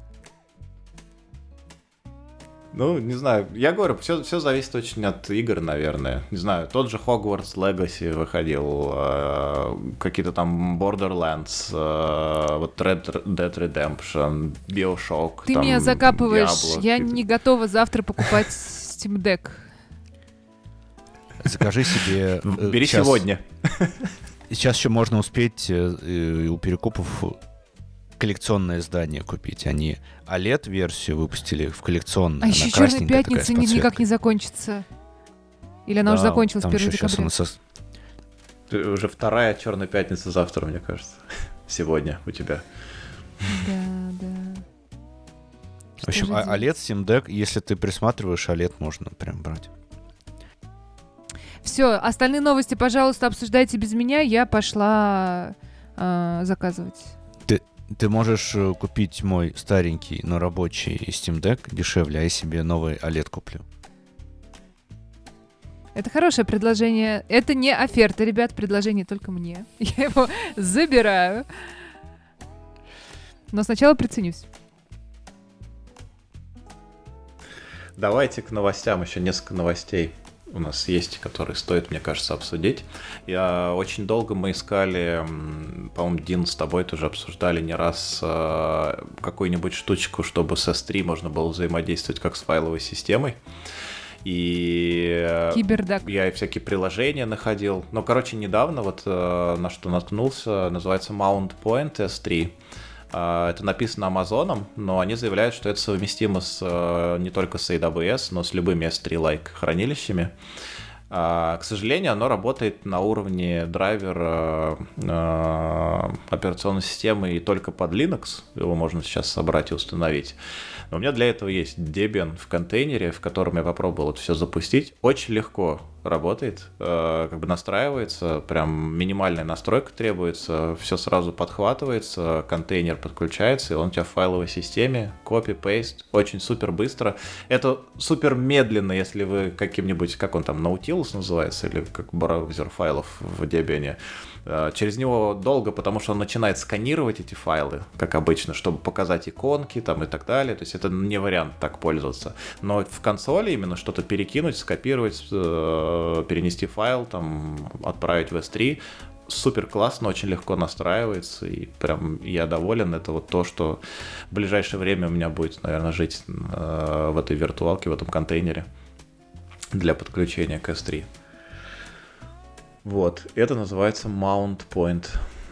Ну, не знаю, я говорю, все зависит очень от игр, наверное. Не знаю, тот же Hogwarts Legacy выходил, какие-то там Borderlands, вот Red Dead Redemption, Bioshock. Ты там, меня закапываешь, Diablo, я какие-то. не готова завтра покупать Steam Deck. Закажи себе... Бери сегодня. Сейчас еще можно успеть у перекупов коллекционное издание купить. Они OLED-версию выпустили в коллекционную. А еще Черная пятница никак не закончится. Или она уже закончилась 1 декабря? Уже вторая Черная пятница завтра, мне кажется. Сегодня у тебя. Да. В общем, OLED Steam Deck, если ты присматриваешь, OLED можно прям брать. Все, остальные новости, пожалуйста, обсуждайте без меня. Я пошла заказывать. Ты можешь купить мой старенький, но рабочий Steam Deck дешевле, а я себе новый OLED куплю. Это хорошее предложение. Это не оферта, ребят, предложение только мне. Я его забираю. Но сначала приценюсь. Давайте к новостям, еще несколько новостей у нас есть, которые стоит, мне кажется, обсудить. Очень долго мы искали, по-моему, Дин, с тобой тоже обсуждали не раз какую-нибудь штучку, чтобы с S3 можно было взаимодействовать как с файловой системой. И Кибердак. Я всякие приложения находил. Но, короче, недавно вот на что наткнулся, называется Mount Point S3. Это написано Амазоном, но они заявляют, что это совместимо не только с AWS, но с любыми S3-like хранилищами. К сожалению, оно работает на уровне драйвера операционной системы и только под Linux. Его можно сейчас собрать и установить. Но у меня для этого есть Debian в контейнере, в котором я попробовал это все запустить. Очень легко работает, как бы настраивается, прям минимальная настройка требуется, все сразу подхватывается, контейнер подключается, и он у тебя в файловой системе, copy-paste, очень супер быстро. Это супер медленно, если вы каким-нибудь, как он там, Nautilus называется, или как браузер файлов в Debian. Через него долго, потому что он начинает сканировать эти файлы, как обычно, чтобы показать иконки там и так далее. То есть это не вариант так пользоваться. Но в консоли именно что-то перекинуть, скопировать, перенести файл, там, отправить в S3, супер классно, очень легко настраивается, и прям я доволен. Это вот то, что в ближайшее время у меня будет, наверное, жить в этой виртуалке, в этом контейнере для подключения к S3. Вот, это называется Mount Point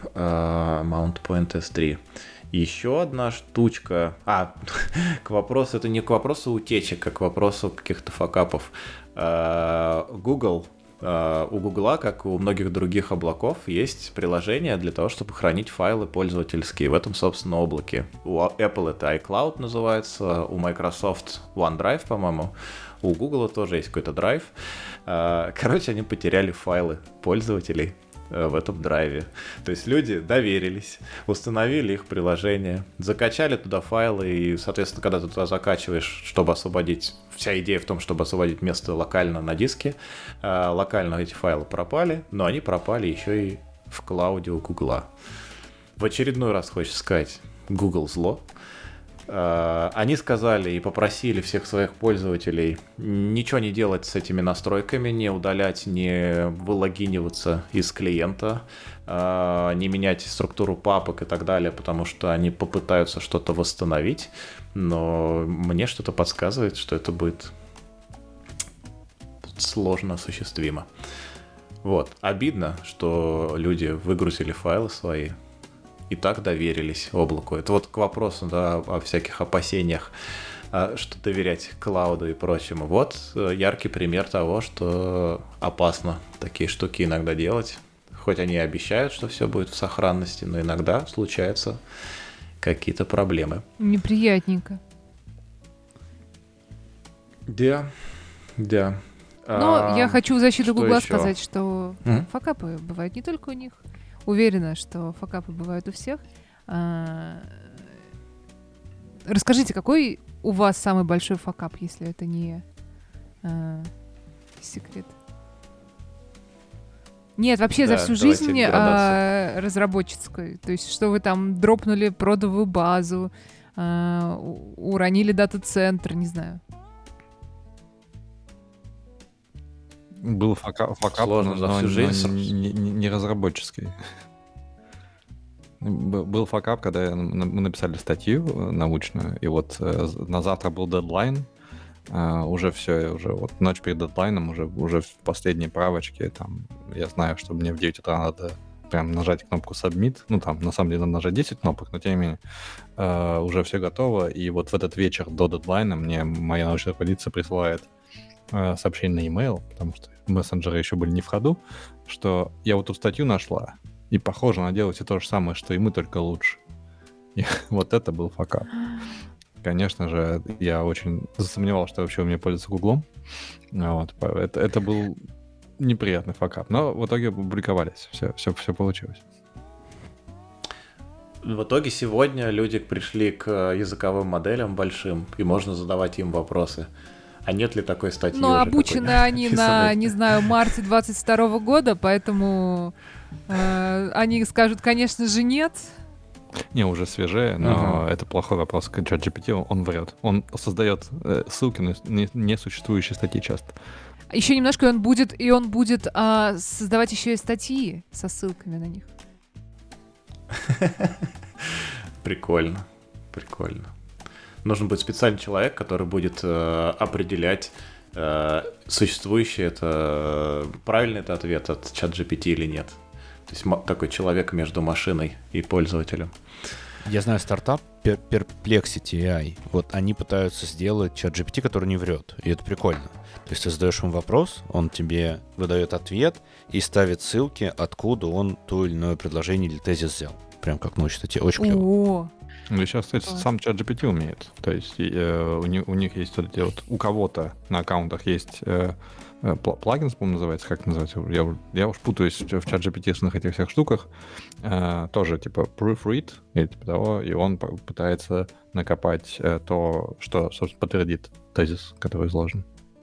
S3. Еще одна штучка. К вопросу, это не к вопросу утечек, а к вопросу каких-то факапов. Google. У Гугла, как у многих других облаков, есть приложение для того, чтобы хранить файлы пользовательские в этом, собственно, облаке. У Apple это iCloud называется, у Microsoft OneDrive, по-моему. У Google тоже есть какой-то драйв. Короче, они потеряли файлы пользователей в этом драйве. То есть люди доверились, установили их приложение, закачали туда файлы, и, соответственно, когда ты туда закачиваешь, чтобы освободить... Вся идея в том, чтобы освободить место локально на диске. Локально эти файлы пропали, но они пропали еще и в клауде у Гугла. В очередной раз хочется сказать, Google зло. Они сказали и попросили всех своих пользователей ничего не делать с этими настройками, не удалять, не вылогиниваться из клиента, не менять структуру папок и так далее, потому что они попытаются что-то восстановить, но мне что-то подсказывает, что это будет сложно осуществимо. Вот. Обидно, что люди выгрузили файлы свои и так доверились облаку. Это вот к вопросу, да, о всяких опасениях, что доверять клауду и прочему. Вот яркий пример того, что опасно такие штуки иногда делать. Хоть они и обещают, что все будет в сохранности, но иногда случаются какие-то проблемы. Неприятненько. Да. Но я хочу в защиту Гугла еще? сказать, что факапы бывают не только у них. Уверена, что факапы бывают у всех. Расскажите, какой у вас самый большой факап, если это не секрет? Нет, вообще за всю жизнь разработческую. То есть, что вы там дропнули продовую базу, уронили дата-центр, не знаю. Был факап, Сложно за всю жизнь. не разработческий. Был факап, когда мы написали статью научную, и вот на завтра был дедлайн, уже все, уже вот ночь перед дедлайном, уже в последней правочке, там, я знаю, что мне в 9 утра надо прям нажать кнопку Submit, ну там, на самом деле, надо нажать 10 кнопок, но тем не менее, уже все готово, и вот в этот вечер до дедлайна мне моя научная полиция присылает сообщение на e-mail, потому что мессенджеры еще были не в ходу, что я вот тут статью нашла, и похоже, она делает все то же самое, что и мы, только лучше. И вот это был факап. Конечно же, я очень засомневался, что вообще у меня пользуется Гуглом. Вот, это был неприятный факап, но в итоге публиковались, все получилось. В итоге сегодня люди пришли к языковым моделям большим, и можно задавать им вопросы. А нет ли такой статьи? Ну, обучены они на, не знаю, марте 22 года, поэтому они скажут, конечно же, нет. Не, уже свежее, но это плохой вопрос к ChatGPT, он врет. Он создает ссылки на несуществующие статьи часто. Еще немножко он будет создавать еще и статьи со ссылками на них. Прикольно. Нужен будет специальный человек, который будет определять, существующий это правильный это ответ от ChatGPT или нет. То есть такой человек между машиной и пользователем. Я знаю стартап Perplexity AI. Вот они пытаются сделать ChatGPT, который не врет. И это прикольно. То есть ты задаешь ему вопрос, он тебе выдает ответ и ставит ссылки, откуда он то или иное предложение или тезис взял. Прям как научно. Это очень клево. Ну и сейчас, кстати, сам ChatGPT умеет. То есть у них есть вот эти вот, у кого-то на аккаунтах есть плагин, по-моему, называется, как называется? Я уж путаюсь в ChatGPT-шных этих всех штуках. Тоже типа proofread, или типа того, и он пытается накопать то, что, собственно, подтвердит тезис, который изложен.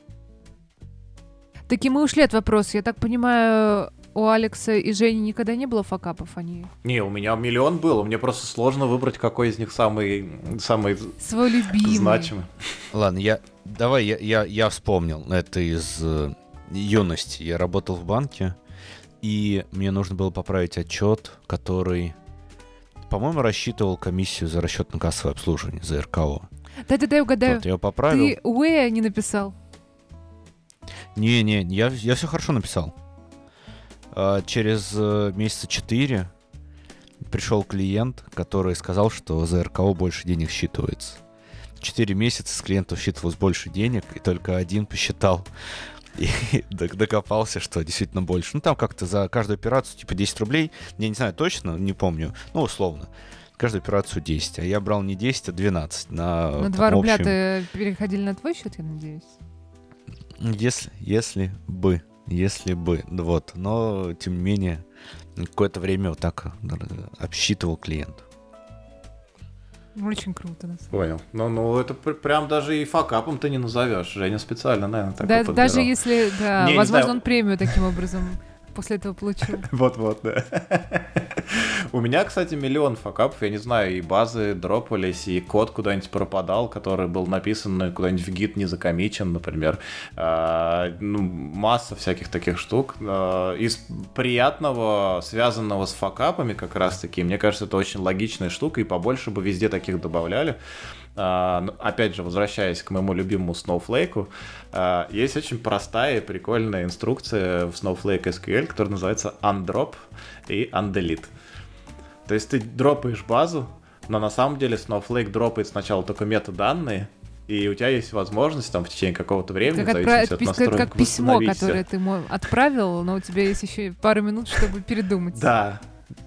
Так и мы ушли от вопроса. Я так понимаю, у Алекса и Жени никогда не было факапов? Не, у меня миллион было. Мне просто сложно выбрать, какой из них самый свой любимый. Значимый. Ладно, я вспомнил. Это из юности. Я работал в банке, и мне нужно было поправить отчет, который, по-моему, рассчитывал комиссию за расчетно-кассовое обслуживание, за РКО. Да-да-да, угадаю. Вот, я его поправил. Ты Уэя не написал? Не, я все хорошо написал. Через месяца 4 пришел клиент, который сказал, что за РКО больше денег считывается. 4 месяца с клиентов считывалось больше денег, и только один посчитал и докопался, что действительно больше. Ну, там как-то за каждую операцию типа 10 рублей. Я не знаю точно, не помню. Ну, условно. Каждую операцию 10. А я брал не 10, а 12. На 2 рубля ты переходили на твой счет, я надеюсь? Если бы. Вот. Но, тем не менее, какое-то время вот так обсчитывал клиент. Очень круто, на самом деле. Понял. Ну, это прям даже и факапом ты не назовешь. Женя специально, наверное, так да, даже если, да, возможно, он премию таким образом после этого получил. Вот, да. У меня, кстати, миллион факапов, я не знаю, и базы дропались, и код куда-нибудь пропадал, который был написан куда-нибудь в гид не закомичен, например. Масса всяких таких штук. Из приятного, связанного с факапами как раз-таки, мне кажется, это очень логичная штука, и побольше бы везде таких добавляли. Опять же, возвращаясь к моему любимому Snowflake, есть очень простая и прикольная инструкция в Snowflake SQL, которая называется undrop и undelete. То есть ты дропаешь базу, но на самом деле Snowflake дропает сначала только метаданные, и у тебя есть возможность там в течение какого-то времени, в зависимости от настроек, как письмо, которое ты отправил, но у тебя есть еще пару минут, чтобы передумать. Да.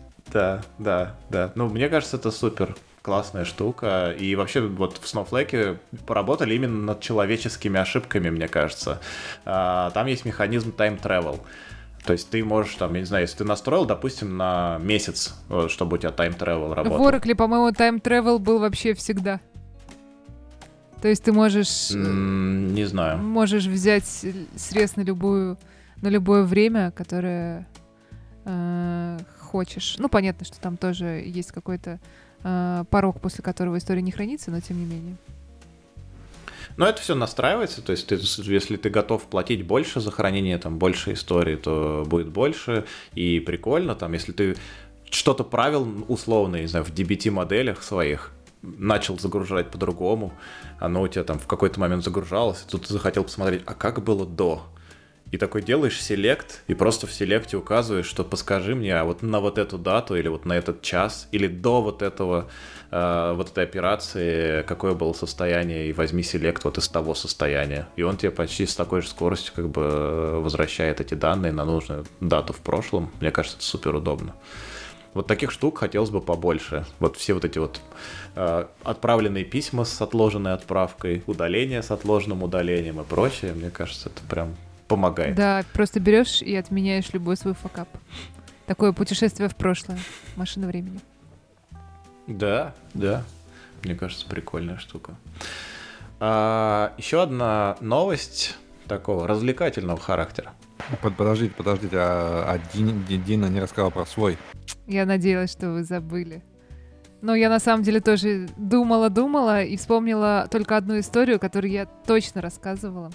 Ну, мне кажется, это супер классная штука. И вообще вот в Snowflake поработали именно над человеческими ошибками, мне кажется. Там есть механизм time travel. То есть ты можешь, там, я не знаю, если ты настроил, допустим, на месяц, чтобы у тебя time travel работал. В Oracle, по-моему, time travel был вообще всегда. То есть ты можешь... Не знаю. Можешь взять срез на любое время, которое хочешь. Ну, понятно, что там тоже есть какой-то порог, после которого история не хранится, но тем не менее. Но это все настраивается, то есть если ты готов платить больше за хранение, там, больше истории, то будет больше, и прикольно, там, если ты что-то правил условно, не знаю, в DBT-моделях своих, начал загружать по-другому, оно у тебя там в какой-то момент загружалось, и тут ты захотел посмотреть, а как было до? И такой делаешь селект, и просто в селекте указываешь, что подскажи мне, а вот на вот эту дату, или вот на этот час, или до вот этого, вот этой операции, какое было состояние, и возьми селект вот из того состояния. И он тебе почти с такой же скоростью как бы возвращает эти данные на нужную дату в прошлом. Мне кажется, это супер удобно. Вот таких штук хотелось бы побольше. Вот все вот эти вот отправленные письма с отложенной отправкой, удаления с отложенным удалением и прочее, мне кажется, это прям помогает. Да, просто берешь и отменяешь любой свой факап. Такое путешествие в прошлое. Машина времени. Да. Мне кажется, прикольная штука. Еще одна новость такого развлекательного характера. Подождите, а Дина не рассказала про свой. Я надеялась, что вы забыли. Но я на самом деле тоже думала и вспомнила только одну историю, которую я точно рассказывала.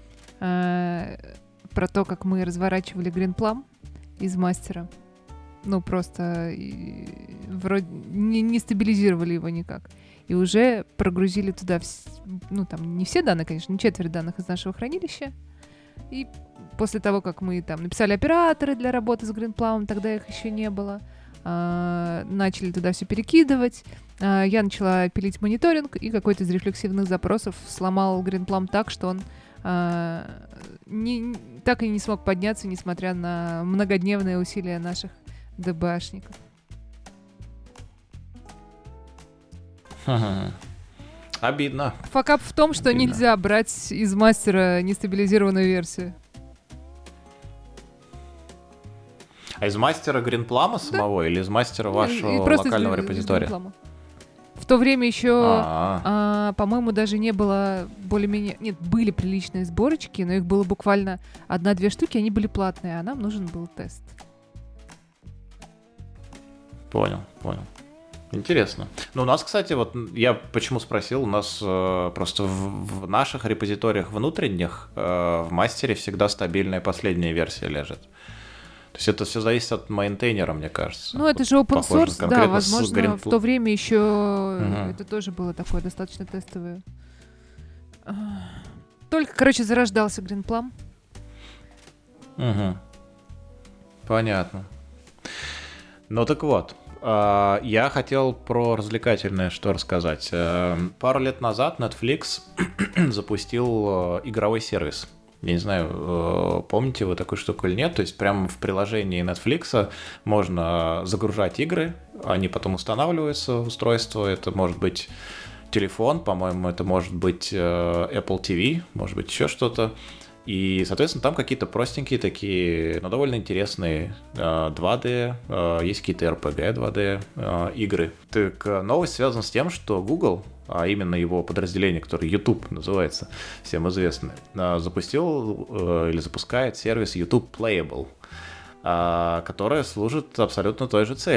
Про то, как мы разворачивали Greenplum из мастера. Ну, просто вроде не стабилизировали его никак. И уже прогрузили туда, ну, там, не все данные, конечно, не четверть данных из нашего хранилища. И после того, как мы там написали операторы для работы с Greenplum, тогда их еще не было, начали туда все перекидывать, я начала пилить мониторинг, и какой-то из рефлексивных запросов сломал Greenplum так, что он так и не смог подняться, несмотря на многодневные усилия наших ДБшников. Обидно. Факап в том, что Обидно. нельзя брать из мастера нестабилизированную версию. А из мастера Greenplum самого или из мастера вашего локального репозитория? В то время еще, по-моему, даже не было более-менее... Нет, были приличные сборочки, но их было буквально 1-2 штуки, они были платные, а нам нужен был тест. Понял. Интересно. Ну, у нас, кстати, вот я почему спросил, у нас просто в наших репозиториях внутренних в мастере всегда стабильная последняя версия лежит. То есть это все зависит от мейнтейнера, мне кажется. Ну, это же open source, да, возможно, в то время еще Угу. это тоже было такое достаточно тестовое. Только, короче, зарождался Greenplum. Угу. Понятно. Ну так вот, я хотел про развлекательное что рассказать. Пару лет назад Netflix запустил игровой сервис. Я не знаю, помните вы такую штуку или нет, то есть прямо в приложении Netflix можно загружать игры, они потом устанавливаются в устройство, это может быть телефон, по-моему, это может быть Apple TV, может быть еще что-то. И, соответственно, там какие-то простенькие такие, но довольно интересные 2D, есть какие-то RPG 2D игры. Так, новость связана с тем, что Google, а именно его подразделение, которое YouTube называется, всем известное, запустил или запускает сервис YouTube Playable, которая служит абсолютно той же цели.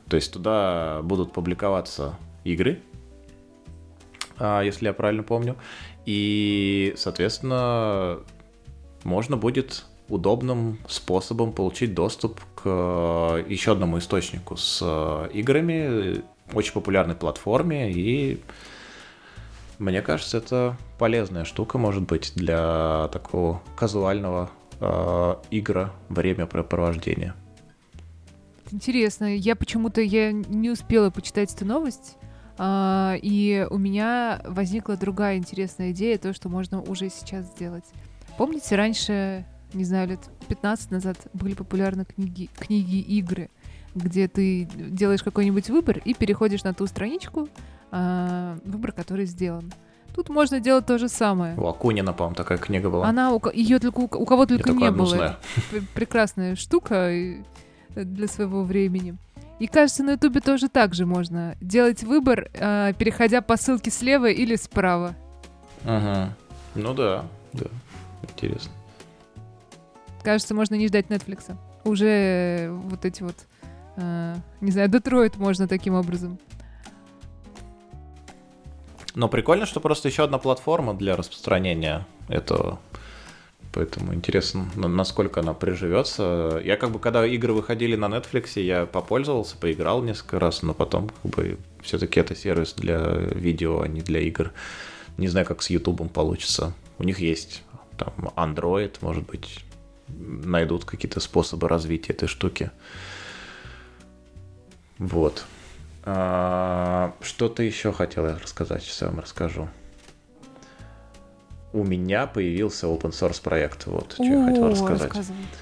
То есть туда будут публиковаться игры, если я правильно помню. И, соответственно, можно будет удобным способом получить доступ к еще одному источнику с играми, очень популярной платформе, и мне кажется, это полезная штука, может быть, для такого казуального времяпрепровождения. Интересно, я не успела почитать эту новость, и у меня возникла другая интересная идея, то, что можно уже сейчас сделать. Помните, раньше, не знаю, лет 15 назад были популярны книги-игры, где ты делаешь какой-нибудь выбор и переходишь на ту страничку, выбор, который сделан. Тут можно делать то же самое. У Акунина, по-моему, такая книга была. Ее только у кого только не было. Знаю. Прекрасная штука для своего времени. И кажется, на Ютубе тоже так же можно делать выбор, переходя по ссылке слева или справа. Ага. Ну да. Интересно. Кажется, можно не ждать Netflix. Уже вот эти вот, не знаю, Детройт можно таким образом. Но прикольно, что просто еще одна платформа для распространения этого. Поэтому интересно, насколько она приживется. Я когда игры выходили на Netflix, я попользовался, поиграл несколько раз, но потом все-таки это сервис для видео, а не для игр. Не знаю, как с YouTube получится. У них есть там Android, может быть, найдут какие-то способы развития этой штуки. Вот. Что-то еще хотел я рассказать, сейчас я вам расскажу. У меня появился open source проект, вот что я хотел рассказать.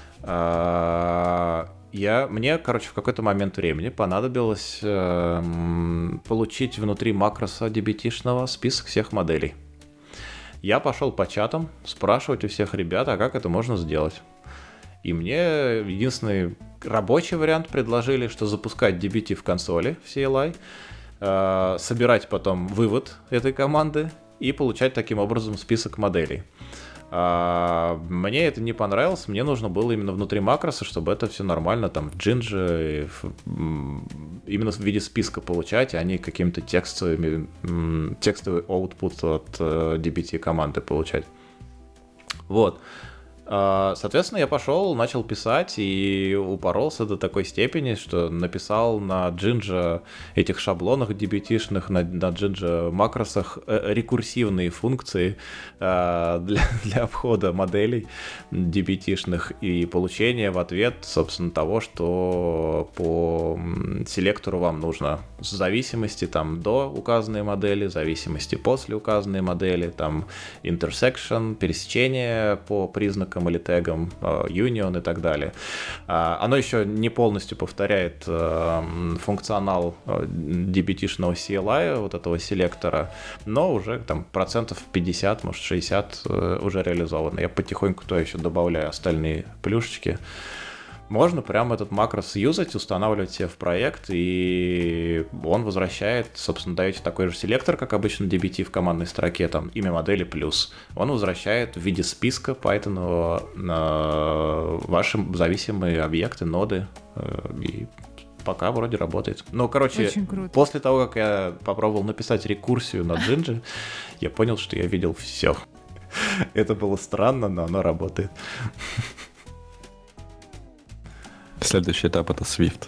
Мне, в какой-то момент времени понадобилось получить внутри макроса DBT-шного список всех моделей. Я пошел по чатам спрашивать у всех ребят, а как это можно сделать. И мне единственный рабочий вариант предложили, что запускать DBT в консоли, в CLI, собирать потом вывод этой команды и получать таким образом список моделей. Мне это не понравилось, мне нужно было именно внутри макроса, чтобы это все нормально там в Jinja именно в виде списка получать, а не каким-то текстовый output от DBT команды получать. Вот. Соответственно, я пошел, начал писать и упоролся до такой степени, что написал на Jinja этих шаблонах DBT-шных, на Jinja макросах рекурсивные функции для обхода моделей DBT-шных и получения в ответ, собственно, того, что по селектору вам нужно. В зависимости там до указанной модели, в зависимости после указанной модели, там intersection, пересечение по признакам или тегам, union и так далее. Оно еще не полностью повторяет функционал DBT-шного CLI, вот этого селектора, но уже там 50%, может 60% уже реализовано. Я потихоньку то еще добавляю остальные плюшечки. Можно прямо этот макрос юзать, устанавливать себе в проект, и он возвращает, собственно, даете такой же селектор, как обычно DBT в командной строке, там, имя модели плюс. Он возвращает в виде списка Python ваши зависимые объекты, ноды, и пока вроде работает. Ну, после того, как я попробовал написать рекурсию на Jinja, я понял, что я видел все. Это было странно, но оно работает. Следующий этап — это Swift.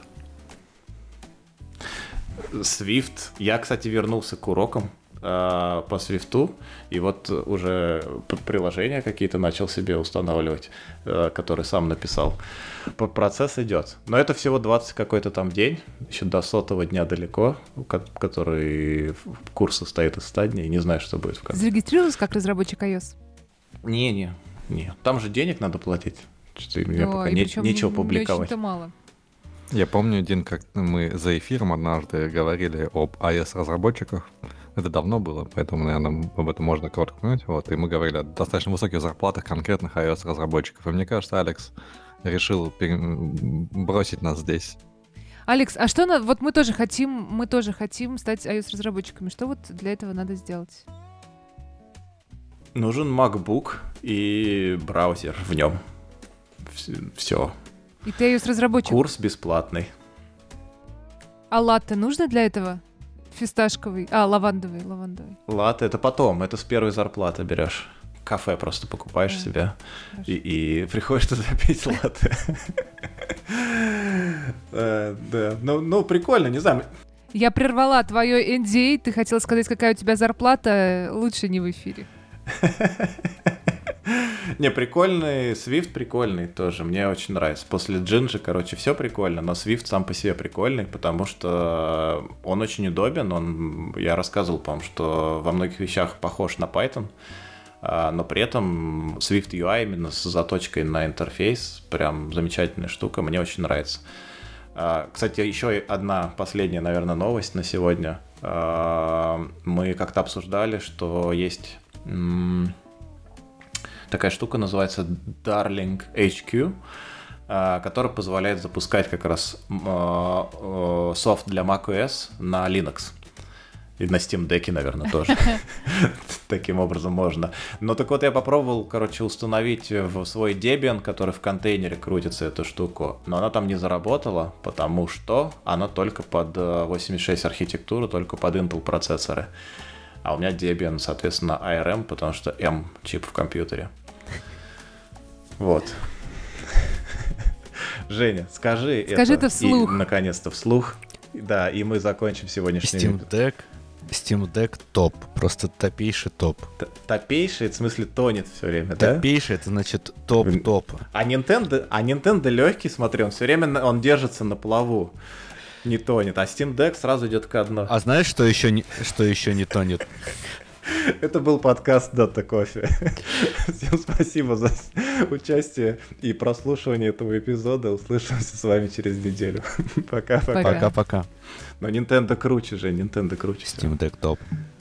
Swift. Я, кстати, вернулся к урокам по Swift, и вот уже приложения какие-то начал себе устанавливать, которые сам написал. Процесс идет. Но это всего 20 какой-то там день, еще до 100-го дня далеко, который курс состоит из 100 дней, не знаю, что будет в конце. Зарегистрировался как разработчик iOS? Не. Там же денег надо платить. Что-то мне пока нечего публиковать. Мало. Я помню, Дин, как мы за эфиром однажды говорили об iOS-разработчиках. Это давно было, поэтому, наверное, об этом можно коротко упомянуть. Вот, и мы говорили о достаточно высоких зарплатах конкретных iOS-разработчиков. И мне кажется, Алекс решил бросить нас здесь. Алекс, а что вот мы тоже хотим стать iOS-разработчиками. Что вот для этого надо сделать? Нужен MacBook и браузер в нем. Все. И ты iOS-разработчик? Курс бесплатный. А латте нужно для этого? Фисташковый, лавандовый. Латте это потом, это с первой зарплаты берешь. Кафе просто покупаешь себе и приходишь туда пить латте. Да, ну прикольно, не знаю. Я прервала твое NDA, ты хотела сказать, какая у тебя зарплата, лучше не в эфире. Не, прикольный, Swift прикольный тоже, мне очень нравится. После Jinja, короче, все прикольно, но Swift сам по себе прикольный, потому что он очень удобен, я рассказывал, по-моему, что во многих вещах похож на Python, но при этом Swift UI именно с заточкой на интерфейс, прям замечательная штука, мне очень нравится. Кстати, еще одна последняя, наверное, новость на сегодня. Мы как-то обсуждали, что есть такая штука, называется Darling HQ, которая позволяет запускать как раз софт для macOS на Linux. И на Steam Deck, наверное, тоже. Таким образом можно. Но так вот я попробовал, короче, установить в свой Debian, который в контейнере крутится, эту штуку. Но она там не заработала, потому что она только под 86 архитектуру, только под Intel процессоры. А у меня Debian, соответственно, ARM, потому что M-чип в компьютере. Вот. Женя, скажи это вслух. И, наконец-то, вслух. Да, и мы закончим сегодняшний Steam Deck топ, просто топейший топ. Топейший, в смысле тонет все время, да? Топейший, это значит топ-топ. А Nintendo легкий, смотри, он все время держится на плаву, не тонет, а Steam Deck сразу идет ко дну. А знаешь, что еще не тонет? Это был подкаст Дата Кофе. Всем спасибо за участие и прослушивание этого эпизода. Услышимся с вами через неделю. Пока-пока. Пока-пока. Но Nintendo круче же, Nintendo круче. Steam Deck топ.